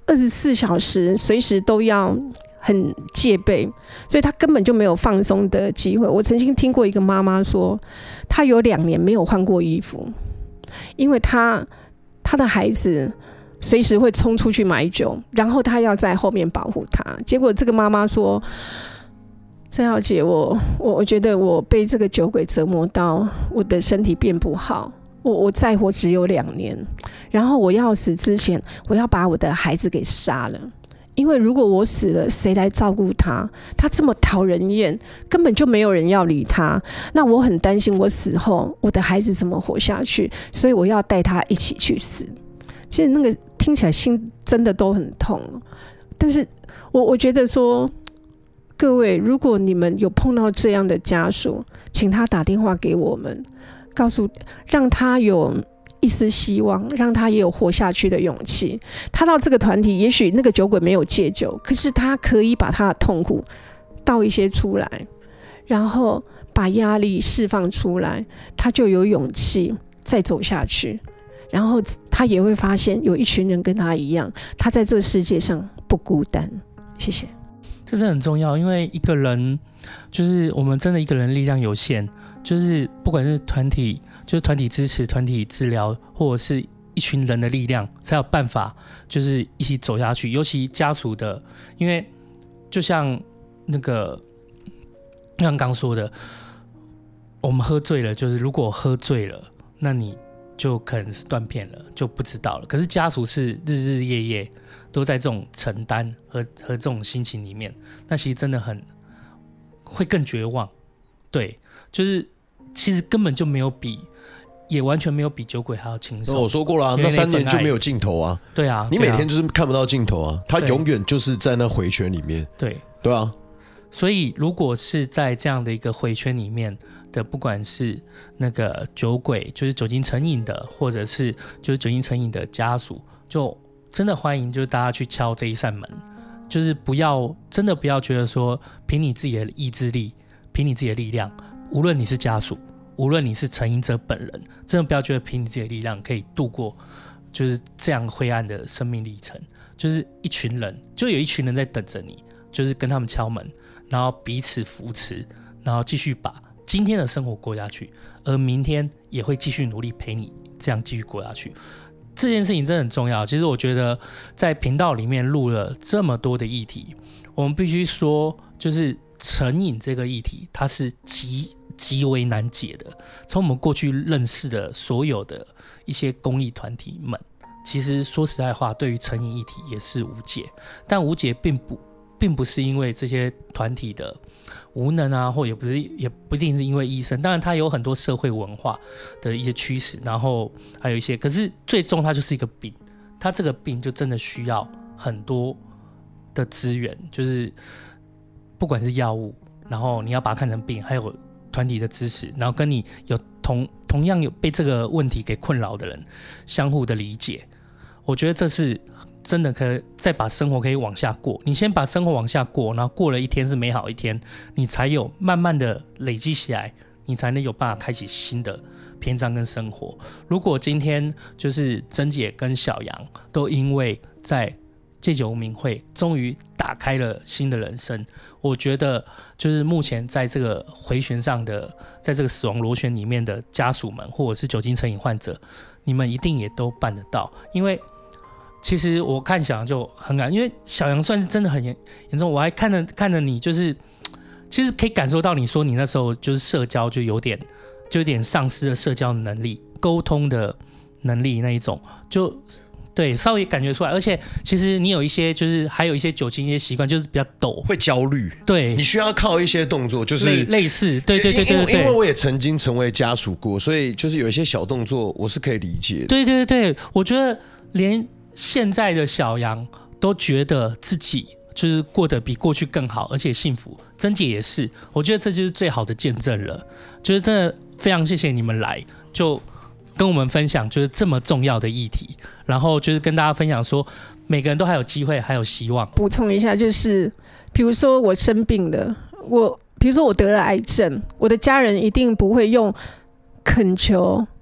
24小时随时都要很戒备，所以他根本就没有放松的机会。我曾经听过一个妈妈说，她有2年没有换过衣服，因为她的孩子随时会冲出去买酒，然后她要在后面保护他。结果这个妈妈说，郑小姐，我觉得我被这个酒鬼折磨到我的身体变不好，我再活只有2年，然后我要死之前，我要把我的孩子给杀了，因为如果我死了，谁来照顾他？他这么讨人厌，根本就没有人要理他。那我很担心我死后，我的孩子怎么活下去？所以我要带他一起去死。其实那个听起来心真的都很痛，但是我觉得说，各位，如果你们有碰到这样的家属，请他打电话给我们，让他有一丝希望，让他也有活下去的勇气。他到这个团体，也许那个酒鬼没有戒酒，可是他可以把他的痛苦倒一些出来，然后把压力释放出来，他就有勇气再走下去。然后他也会发现有一群人跟他一样，他在这个世界上不孤单。谢谢。 这是很重要，因为一个人就是我们真的一个人力量有限，就是不管是团体，就是团体支持、团体治疗，或者是一群人的力量，才有办法就是一起走下去。尤其家属的，因为就像刚刚说的，我们喝醉了，就是如果喝醉了，那你就可能是断片了，就不知道了。可是家属是日日夜夜都在这种承担和这种心情里面，那其实真的会更绝望。对，就是其实根本就没有也完全没有比酒鬼还要轻松。 我说过了，那3年就没有尽头啊。 对啊， 你每天就是看不到尽头啊，他永远就是在那回圈里面。对啊。 所以如果是在这样的一个回圈里面的，不管是那个酒鬼，就是酒精成瘾的，或者是就是酒精成瘾的家属，就真的欢迎就是大家去敲这一扇门，就是真的不要觉得说凭你自己的意志力，凭你自己的力量，无论你是家属，无论你是成瘾者本人，真的不要觉得凭你自己的力量可以度过就是这样灰暗的生命历程。就是一群人，就有一群人在等着你，就是跟他们敲门，然后彼此扶持，然后继续把今天的生活过下去，而明天也会继续努力陪你这样继续过下去。这件事情真的很重要。其实我觉得在频道里面录了这么多的议题，我们必须说，就是成瘾这个议题，它是极为难解的。从我们过去认识的所有的一些公益团体们，其实说实在话，对于成瘾议题也是无解。但无解并不是因为这些团体的无能啊，或也不一定是因为医生，当然它有很多社会文化的一些趋势，然后还有一些，可是最终它就是一个病，它这个病就真的需要很多的资源，就是不管是药物，然后你要把它看成病，还有团体的支持，然后跟你有同样有被这个问题给困扰的人相互的理解，我觉得这是真的可以再把生活可以往下过。你先把生活往下过，然后过了一天是美好一天，你才有慢慢的累积起来，你才能有办法开启新的篇章跟生活。如果今天就是珍姐跟小杨都因为在戒酒无名会终于打开了新的人生，我觉得就是目前在这个回旋上的，在这个死亡螺旋里面的家属们，或者是酒精成瘾患者，你们一定也都办得到。因为其实我看小杨就很感，因为小杨算是真的很严重，我还看着你，就是其实可以感受到你说你那时候就是社交就有点丧失了社交的能力、沟通的能力那一种，就对稍微感觉出来。而且其实你有一些就是还有一些酒精一些习惯，就是比较抖， 会焦虑， 对， 你需要靠一些动作，就是类似，对， 因为我也曾经成为家属过，所以就是有一些小动作我是可以理解的。 对，我觉得连现在的小杨都觉得自己就是过得比过去更好，而且幸福。珍姐也是，我觉得这就是最好的见证了。就是真的非常谢谢你们来，就跟我们分享就是这么重要的议题，然后就是跟大家分享说，每个人都还有机会，还有希望。 补充一下，就是比如说我生病了，比如说我得了癌症，我的家人一定不会用恳求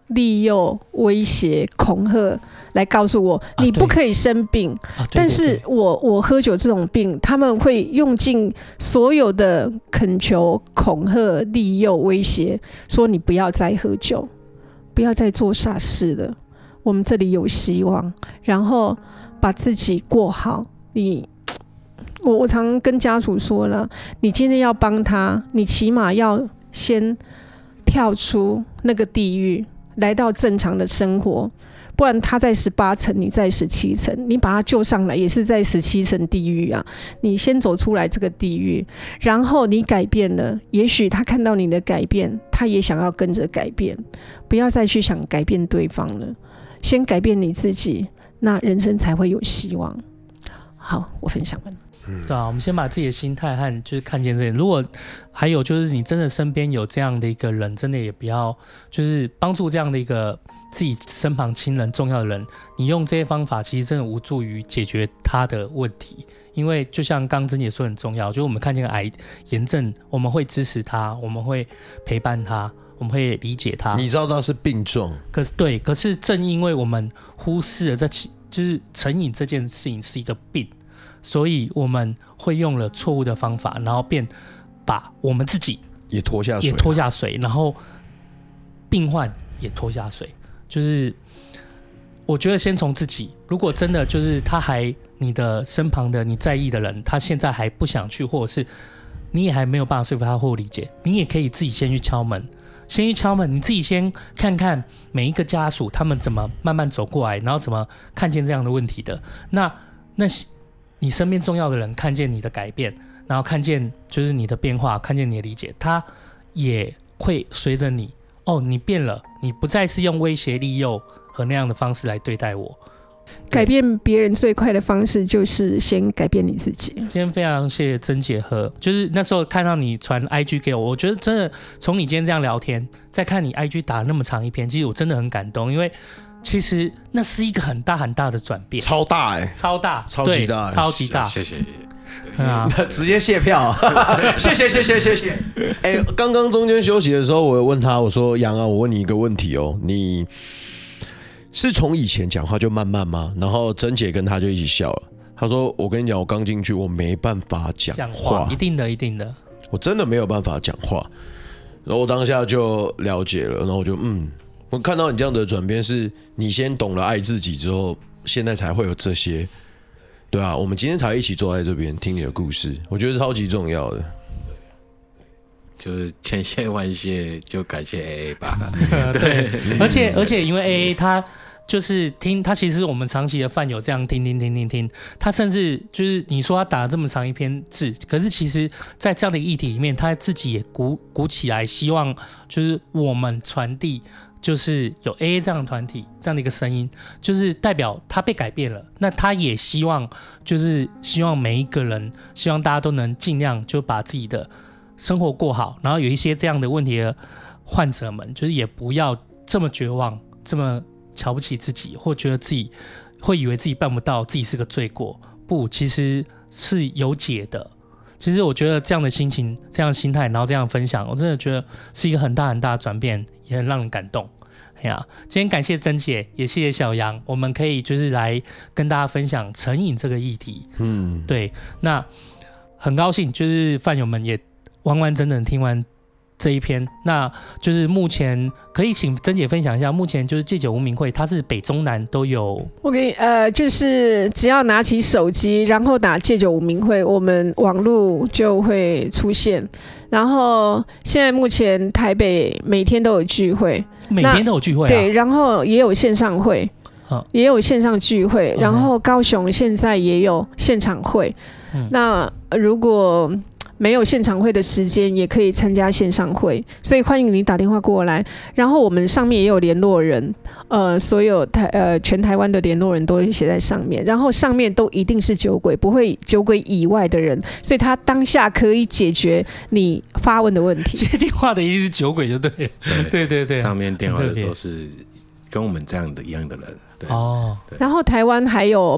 利诱、威胁、恐吓来告诉我你不可以生病，但是我喝酒这种病，他们会用尽所有的恳求、恐吓、利诱、威胁，说你不要再喝酒，不要再做傻事了，我们这里有希望，然后把自己过好。我常跟家属说了，你今天要帮他，你起码要先跳出那个地狱，来到正常的生活，不然他在18层，你在17层，你把他救上来也是在17层地狱啊！你先走出来这个地狱，然后你改变了，也许他看到你的改变，他也想要跟着改变，不要再去想改变对方了，先改变你自己，那人生才会有希望。好，我分享完。 对啊，我们先把自己的心态和就是看见这点。如果还有就是你真的身边有这样的一个人，真的也不要就是帮助这样的一个自己身旁亲人重要的人，你用这些方法其实真的无助于解决他的问题。因为就像刚珍姐说很重要，就是我们看见癌炎症，我们会支持他，我们会陪伴他，我们会理解他。 你知道他是病状， 可是正因为我们忽视了就是成瘾这件事情是一个病。所以我们会用了错误的方法，然后把我们自己也拖下水， 然后病患也拖下水。就是我觉得先从自己，如果真的就是你的身旁的你在意的人，他现在还不想去，或者是你也还没有办法说服他或理解，你也可以自己先去敲门，你自己先看看每一个家属他们怎么慢慢走过来，然后怎么看见这样的问题的。那你身边重要的人看见你的改变，然后看见就是你的变化，看见你的理解，他也会随着你你变了，你不再是用威胁利诱和那样的方式来对待我。 改变别人最快的方式就是先改变你自己。 今天非常谢谢珍姐就是那时候看到你传 IG 给我觉得真的从你今天这样聊天，再看你 IG 打了那么长一篇，其实我真的很感动，因为其实那是一个很大很大的转变， 超大超大， 超级大， 超级大， 谢谢。 直接谢票，谢谢。刚刚中间休息的时候，我有问他，我说杨啊，我问你一个问题哦，你是从以前讲话就慢慢吗？然后珍姐跟他就一起笑了。他说：“我跟你讲，我刚进去，我没办法讲话， 一定的， 我真的没有办法讲话。”然后我当下就了解了，然后我就我看到你这样的转变，是你先懂了爱自己之后，现在才会有这些，对啊，我们今天才一起坐在这边听你的故事，我觉得超级重要的。 就是千谢万谢，就感谢 AA 吧。 对，而且因为 AA 他就是他其实是我们长期的饭友，这样听，他甚至就是你说他打了这么长一篇字，可是其实在这样的议题里面，他自己也鼓起来，希望就是我们传递。就是有 AA 这样的团体，这样的一个声音，就是代表他被改变了。那他也希望每一个人，希望大家都能尽量就把自己的生活过好。然后有一些这样的问题的患者们，就是也不要这么绝望，这么瞧不起自己，或觉得自己会以为自己办不到，自己是个罪过。不，其实是有解的。其实我觉得这样的心情、这样的心态，然后这样分享，我真的觉得是一个很大很大的转变，也很让人感动。今天感谢珍姐，也谢谢小杨，我们可以就是来跟大家分享成瘾这个议题。对，那很高兴，就是饭友们也完完整整听完这一篇。那就是目前可以请珍姐分享一下，目前就是戒酒无名会，它是北中南都有。 我给就是只要拿起手机，然后打戒酒无名会，我们网络就会出现。然后现在目前台北每天都有聚会， 每天都有聚会啊？ 对，然后也有线上会，也有线上聚会，然后高雄现在也有现场会。那如果没有现场会的时间，也可以参加线上会，所以欢迎你打电话过来。然后我们上面也有联络人，所有全台湾的联络人都会写在上面，然后上面都一定是酒鬼，不会酒鬼以外的人，所以他当下可以解决你发问的问题。 接电话的一定是酒鬼就对了，对， 上面电话的都是跟我们这样的一样的人。对对。然后台湾还有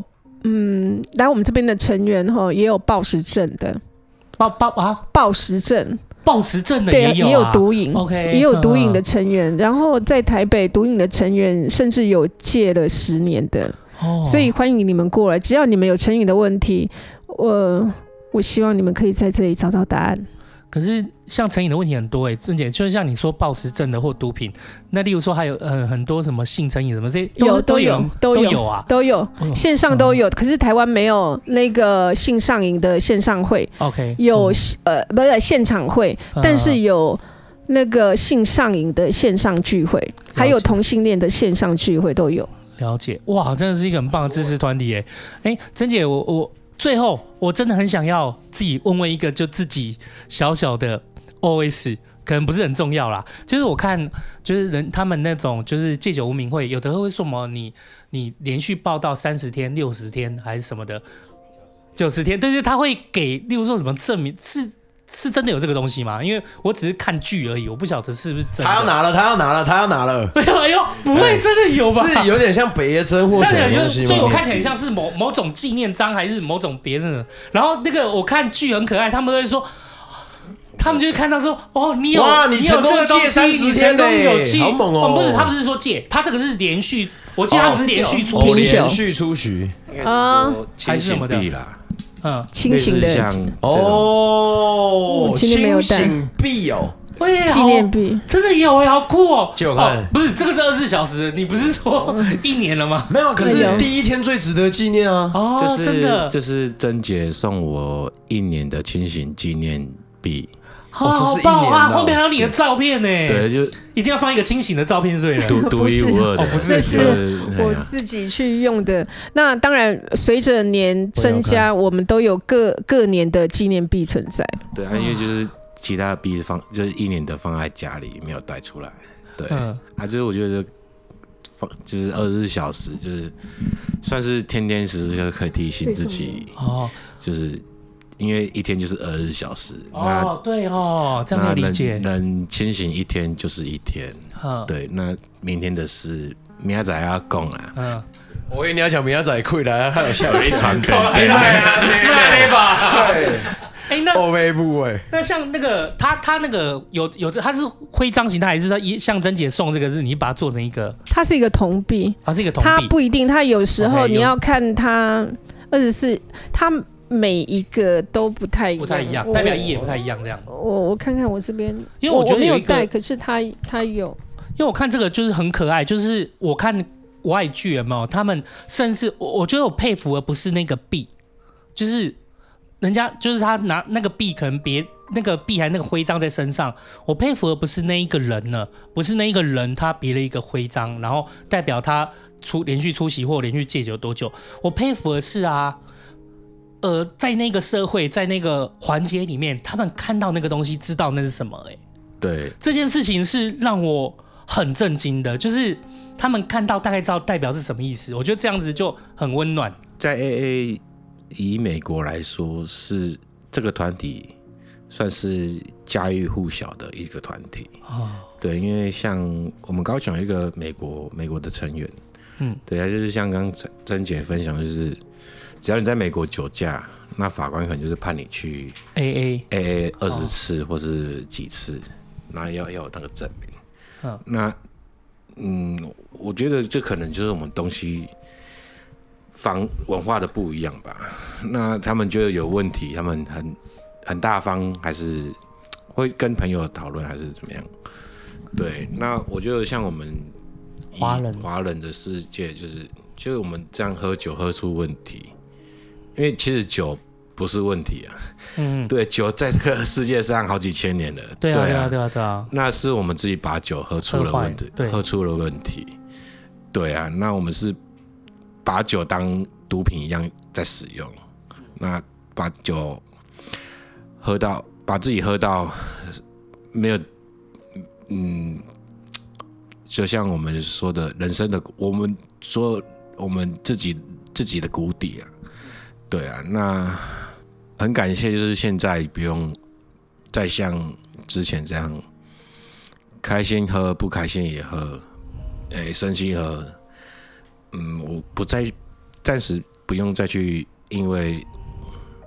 来我们这边的成员也有暴食症的。 暴食症， 暴食症的对， 也有、啊， 也有毒瘾 ，OK， 也有毒瘾的成员。然后在台北毒瘾的成员甚至有戒了10年的，所以欢迎你们过来。只要你们有成瘾的问题，我希望你们可以在这里找到答案。 可是像成瘾的问题很多郑姐，就是像你说暴食症的或毒品，那例如说还有很多什么性成瘾什么这些都有啊， 都有，线上都有。可是台湾没有那个性上瘾的线上会 ，OK， 有不是现场会，但是有那个性上瘾的线上聚会，还有同性恋的线上聚会都有。 了解，哇，真的是一个很棒的支持团体耶！哎，珍姐，我最后我真的很想要自己问一个就自己小小的 OS， 可能不是很重要啦。就是我看就是他们那种就是戒酒无名会，有的会说什么你连续报到30天、60天还是什么的，90天，但是他会给，例如说什么证明是真的有这个东西吗？因为我只是看剧而已，我不晓得是不是真的。 他要拿了。 哎呦，不会真的有吧？ 是有点像别针或什么东西吗？ 所以我看起来很像是某种纪念章，还是某种别的。然后那个我看剧很可爱，他们都会说，他们就会看到说，哦，你有哇，你成功戒30天的， 好猛哦！ 不是，他不是说戒，他这个是连续，我记得他只是连续出席， 连续出席啊，清醒币啦。 清醒的清醒币哦， 纪念币真的有好酷哦！ 借我看， 不是这个是24小时，你不是说1年了吗？ 没有，可是第一天最值得纪念啊！ 哦，真的， 这是珍姐送我1年的清醒纪念币。 好棒啊！后面还有你的照片呢， 对，就一定要放一个清醒的照片，对了， 独一无二的， 不是， 这是我自己去用的。那当然，随着年增加，我们都有各年的纪念币存在。 对，因为就是其他的币就是1年的放在家里，没有带出来。对，就是我觉得就是24小时，就是算是天天时时刻刻提醒自己，就是。因为一天就是24小时， 对哦，这样可以理解。 能清醒1天就是1天，对。那明天的事，明仔载要讲啊。 我以为你要讲明仔载亏了，还有下一传给。 对吧？对。哎，那后背部位。 那像那个他那个有他是徽章形态，还是说像珍姐送这个是你把它做成一个？ 它是一个铜币， 是一个铜币。 它不一定，它有时候你要看它24，它。每一个都不太一样，代表意也不太一样，这样。 我看看我这边， 因为我觉得没有带，可是它有。 因为我看这个就是很可爱，就是我看我爱剧有没有？他们甚至我觉得我佩服的不是那个币，就是人家就是他拿那个币，可能别那个币还那个徽章在身上。我佩服的不是那一个人呢，不是那一个人他别了一个徽章，然后代表他连续出席或连续戒酒多久。我佩服的是在那个社会，在那个环节里面，他们看到那个东西，知道那是什么。 对， 这件事情是让我很震惊的，就是他们看到大概知道代表是什么意思。我觉得这样子就很温暖。 在 AA 以美国来说，是这个团体算是家喻户晓的一个团体。对，因为像我们高雄有一个美国的成员，对，他就是像刚珍姐分享，就是只要你在美国酒驾，那法官可能就是判你去 AA 20次或是几次，那要有那个证明。那我觉得这可能就是我们东西文化的不一样吧。那他们觉得有问题，他们很大方，还是会跟朋友讨论，还是怎么样？对，那我觉得像我们华人的世界，就是我们这样喝酒喝出问题。因为其实酒不是问题啊，对，酒在这个世界上好几千年了， 对啊， 那是我们自己把酒喝出了问题，喝出了问题，对啊，那我们是把酒当毒品一样在使用，那把酒把自己喝到没有，就像我们说的人生的，我们说我们自己的谷底啊。对啊，那很感谢，就是现在不用再像之前这样开心喝，不开心也喝，生气喝，我暂时不用再去因为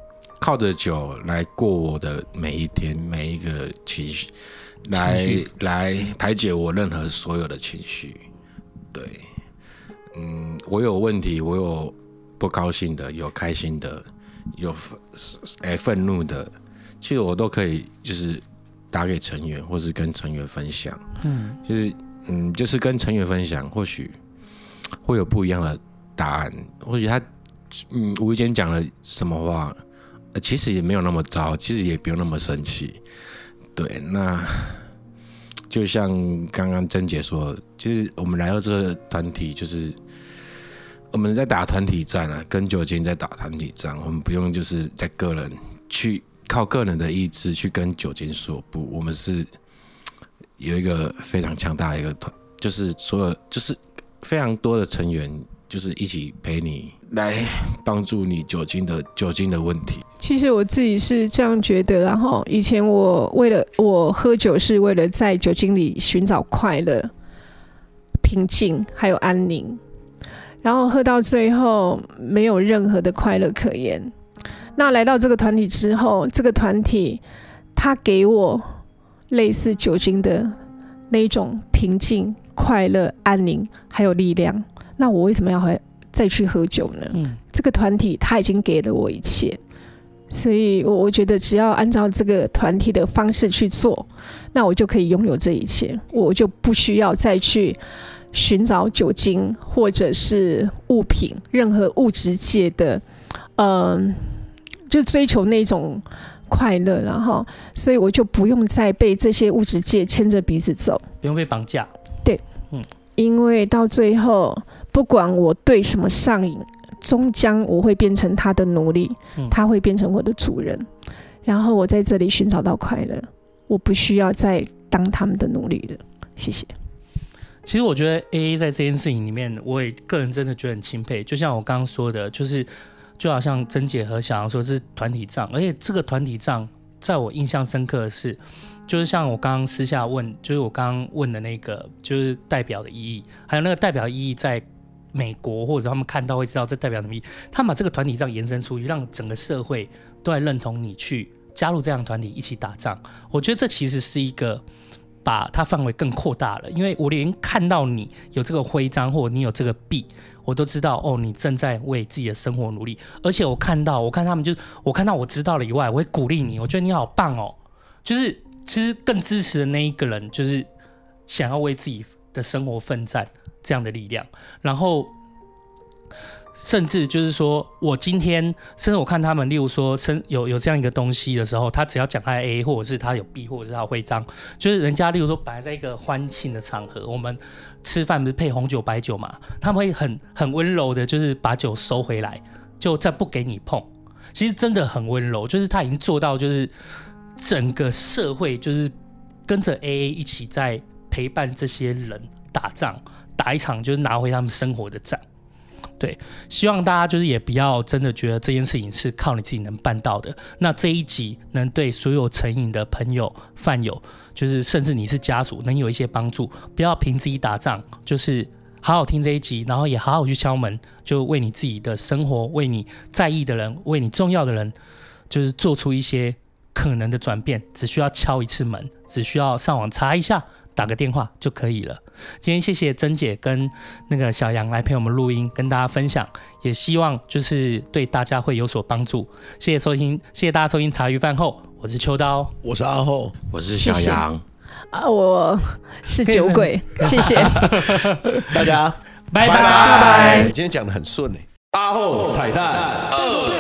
靠着酒来过我的每一天，每一个情绪，来排解我任何所有的情绪。对，我有问题，我有不高兴的，有开心的，有愤怒的，其实我都可以就是打给成员，或是跟成员分享。就是跟成员分享，或许会有不一样的答案。或许他无意间讲了什么话，其实也没有那么糟，其实也不用那么生气。对，那就像刚刚珍姐说，就是我们来到这个团体，就是我们在打团体战啊，跟酒精在打团体战，我们不用就是在个人去靠个人的意志去跟酒精说不，我们是有一个非常强大的一个团，就是所有就是非常多的成员，就是一起陪你来帮助你酒精的问题。 其实我自己是这样觉得，然后以前我喝酒是为了在酒精里寻找快乐、平静还有安宁，然后喝到最后没有任何的快乐可言。那来到这个团体之后，这个团体它给我类似酒精的那种平静、快乐、安宁还有力量，那我为什么要再去喝酒呢？这个团体它已经给了我一切，所以我觉得只要按照这个团体的方式去做，那我就可以拥有这一切，我就不需要再去寻找酒精或者是物品，任何物质界的就追求那种快乐，然后所以我就不用再被这些物质界牵着鼻子走， 不用被绑架。 对，因为到最后不管我对什么上瘾，终将我会变成他的奴隶，他会变成我的主人，然后我在这里寻找到快乐，我不需要再当他们的奴隶了。谢谢。 其实我觉得 AA 在这件事情里面，我也个人真的觉得很钦佩。就像我刚刚说的，就好像珍姐和小杨说是团体仗，而且这个团体仗在我印象深刻的是，就是像我刚刚私下问，就是我刚刚问的那个，就是代表的意义，还有那个代表意义在美国或者他们看到会知道这代表什么意义。他们把这个团体仗延伸出去，让整个社会都在认同你去加入这样的团体一起打仗。我觉得这其实是一个把它范围更扩大了，因为我连看到你有这个徽章或者你有这个币，我都知道你正在为自己的生活努力。而且我看他们我看到我知道了以外，我会鼓励你，我觉得你好棒哦。就是其实更支持的那一个人，就是想要为自己的生活奋战这样的力量。然后甚至就是说我今天，甚至我看他们，例如说有这样一个东西的时候，他只要讲他的 A， 或者是他有 B， 或者是他有徽章，就是人家例如说本来在一个欢庆的场合，我们吃饭不是配红酒白酒嘛，他们会很温柔的，就是把酒收回来，就再不给你碰。其实真的很温柔，就是他已经做到，就是整个社会就是跟着 AA 一起在陪伴这些人打仗，打一场就是拿回他们生活的仗。对，希望大家就是也不要真的觉得这件事情是靠你自己能办到的。那这一集能对所有成瘾的朋友、饭友，就是甚至你是家属，能有一些帮助。不要凭自己打仗，就是好好听这一集，然后也好好去敲门，就为你自己的生活、为你在意的人、为你重要的人，就是做出一些可能的转变。只需要敲一次门，只需要上网查一下，打个电话就可以了。今天谢谢珍姐跟那个小杨来陪我们录音，跟大家分享，也希望就是对大家会有所帮助。谢谢收听，谢谢大家收听茶余饭后，我是秋刀， 我是阿厚， 我是小杨， 我是酒鬼，谢谢大家拜拜拜。今天讲得很顺欸。阿厚彩蛋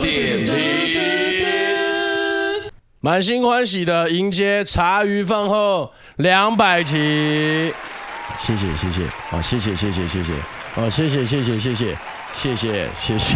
2.0，满心欢喜的迎接茶余饭后200集。谢谢谢谢啊，谢谢谢谢谢谢啊，谢谢谢谢谢谢谢谢谢谢。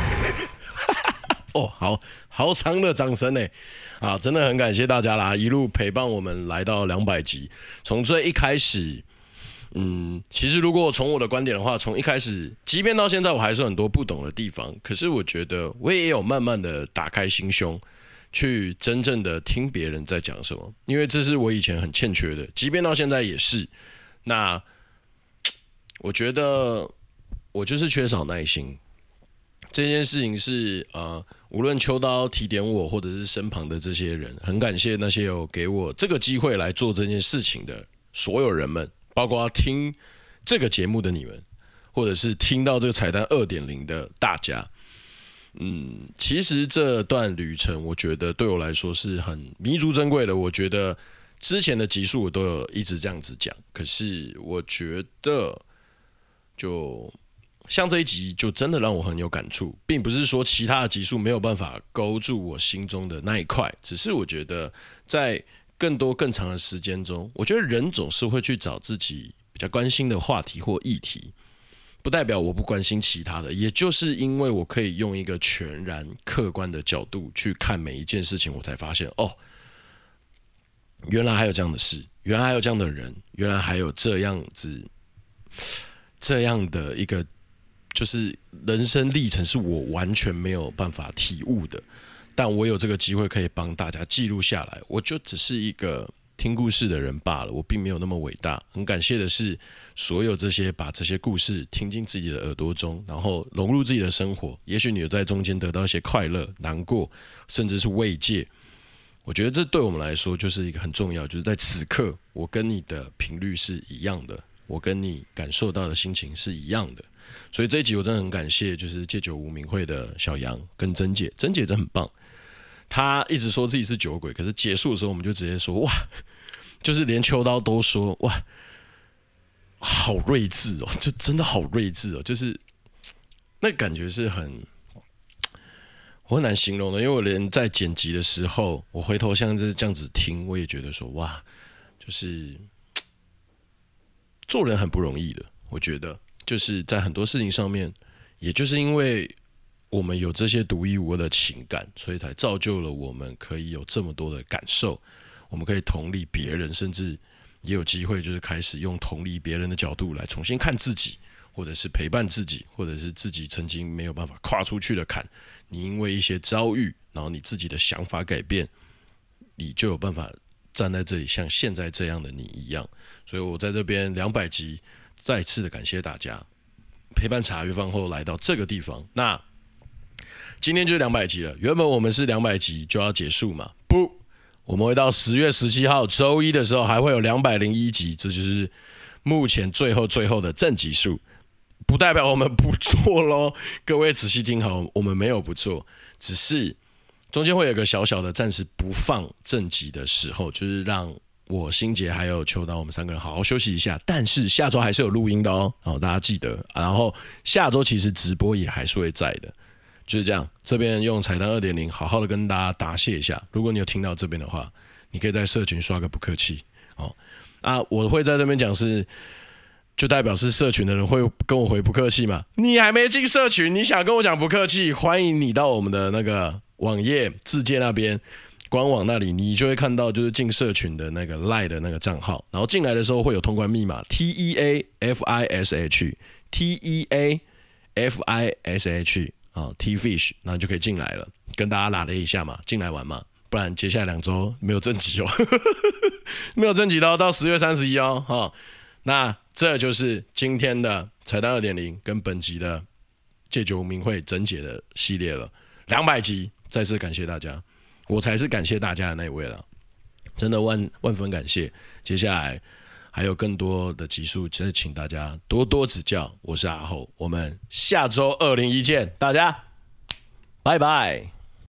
哦，好长的掌声呢啊，真的很感谢大家啦，一路陪伴我们来到200集。从最一开始，其实如果从我的观点的话，从一开始，即便到现在，我还是很多不懂的地方，可是我觉得我也有慢慢的打开心胸，去真正的听别人在讲什么，因为这是我以前很欠缺的，即便到现在也是。那我觉得我就是缺少耐心。 这件事情是无论秋刀提点我，或者是身旁的这些人，很感谢那些有给我这个机会来做这件事情的所有人们，包括听这个节目的你们，或者是听到这个彩蛋 2.0 的大家。其实这段旅程，我觉得对我来说是很弥足珍贵的。我觉得之前的集数我都有一直这样子讲，可是我觉得就像这一集就真的让我很有感触，并不是说其他的集数没有办法勾住我心中的那一块，只是我觉得在更多更长的时间中，我觉得人总是会去找自己比较关心的话题或议题。不代表我不关心其他的，也就是因为我可以用一个全然客观的角度去看每一件事情，我才发现原来还有这样的事，原来还有这样的人，原来还有这样的一个就是人生历程是我完全没有办法体悟的，但我有这个机会可以帮大家记录下来，我就只是一个听故事的人罢了，我并没有那么伟大。很感谢的是，所有把这些故事听进自己的耳朵中，然后融入自己的生活。也许你有在中间得到一些快乐、难过，甚至是慰藉。我觉得这对我们来说就是一个很重要，就是在此刻，我跟你的频率是一样的，我跟你感受到的心情是一样的。所以这一集我真的很感谢，就是戒酒无名会的小杨跟珍姐，珍姐真的很棒。他一直说自己是酒鬼，可是结束的时候我们就直接说哇，就是连秋刀都说哇，好睿智哦，就真的好睿智哦，就是那感觉是我很难形容的，因为我连在剪辑的时候，我回头像是这样子听，我也觉得说哇，就是做人很不容易的。我觉得就是在很多事情上面，也就是因为我们有这些独一无二的情感，所以才造就了我们可以有这么多的感受，我们可以同理别人，甚至也有机会就是开始用同理别人的角度来重新看自己，或者是陪伴自己，或者是自己曾经没有办法跨出去的坎，你因为一些遭遇，然后你自己的想法改变，你就有办法站在这里像现在这样的你一样。所以我在这边200集再次的感谢大家陪伴茶余饭后来到这个地方。那今天就是200集了，原本我们是200集就要结束嘛，不，我们会到10月17号周一的时候还会有201集，这就是目前最后的正集数，不代表我们不做咯，各位仔细听好，我们没有不做，只是中间会有一个小小的暂时不放正集的时候，就是让我新杰还有秋刀我们3个人好好休息一下，但是下周还是有录音的哦，大家记得，然后下周其实直播也还是会在的。就是这样，这边用彩蛋 2.0 好好的跟大家答谢一下。如果你有听到这边的话，你可以在社群刷个不客气我会在这边讲是，就代表是社群的人会跟我回不客气嘛。你还没进社群，你想跟我讲不客气，欢迎你到我们的那个网页自介那边官网那里，你就会看到就是进社群的那个 LINE 的那个账号，然后进来的时候会有通关密码 TEAFISH T-Fish， 然后就可以进来了，跟大家拉了一下嘛，进来玩嘛，不然接下来2周没有正集哦，没有正集到10月31哦，那这就是今天的彩蛋 2.0 跟本集的戒酒无名会珍姐的系列了，200集，再次感谢大家，我才是感谢大家的那一位了，真的万分感谢，接下来还有更多的集数，真的请大家多多指教。我是阿厚，我们下周201见，大家拜拜。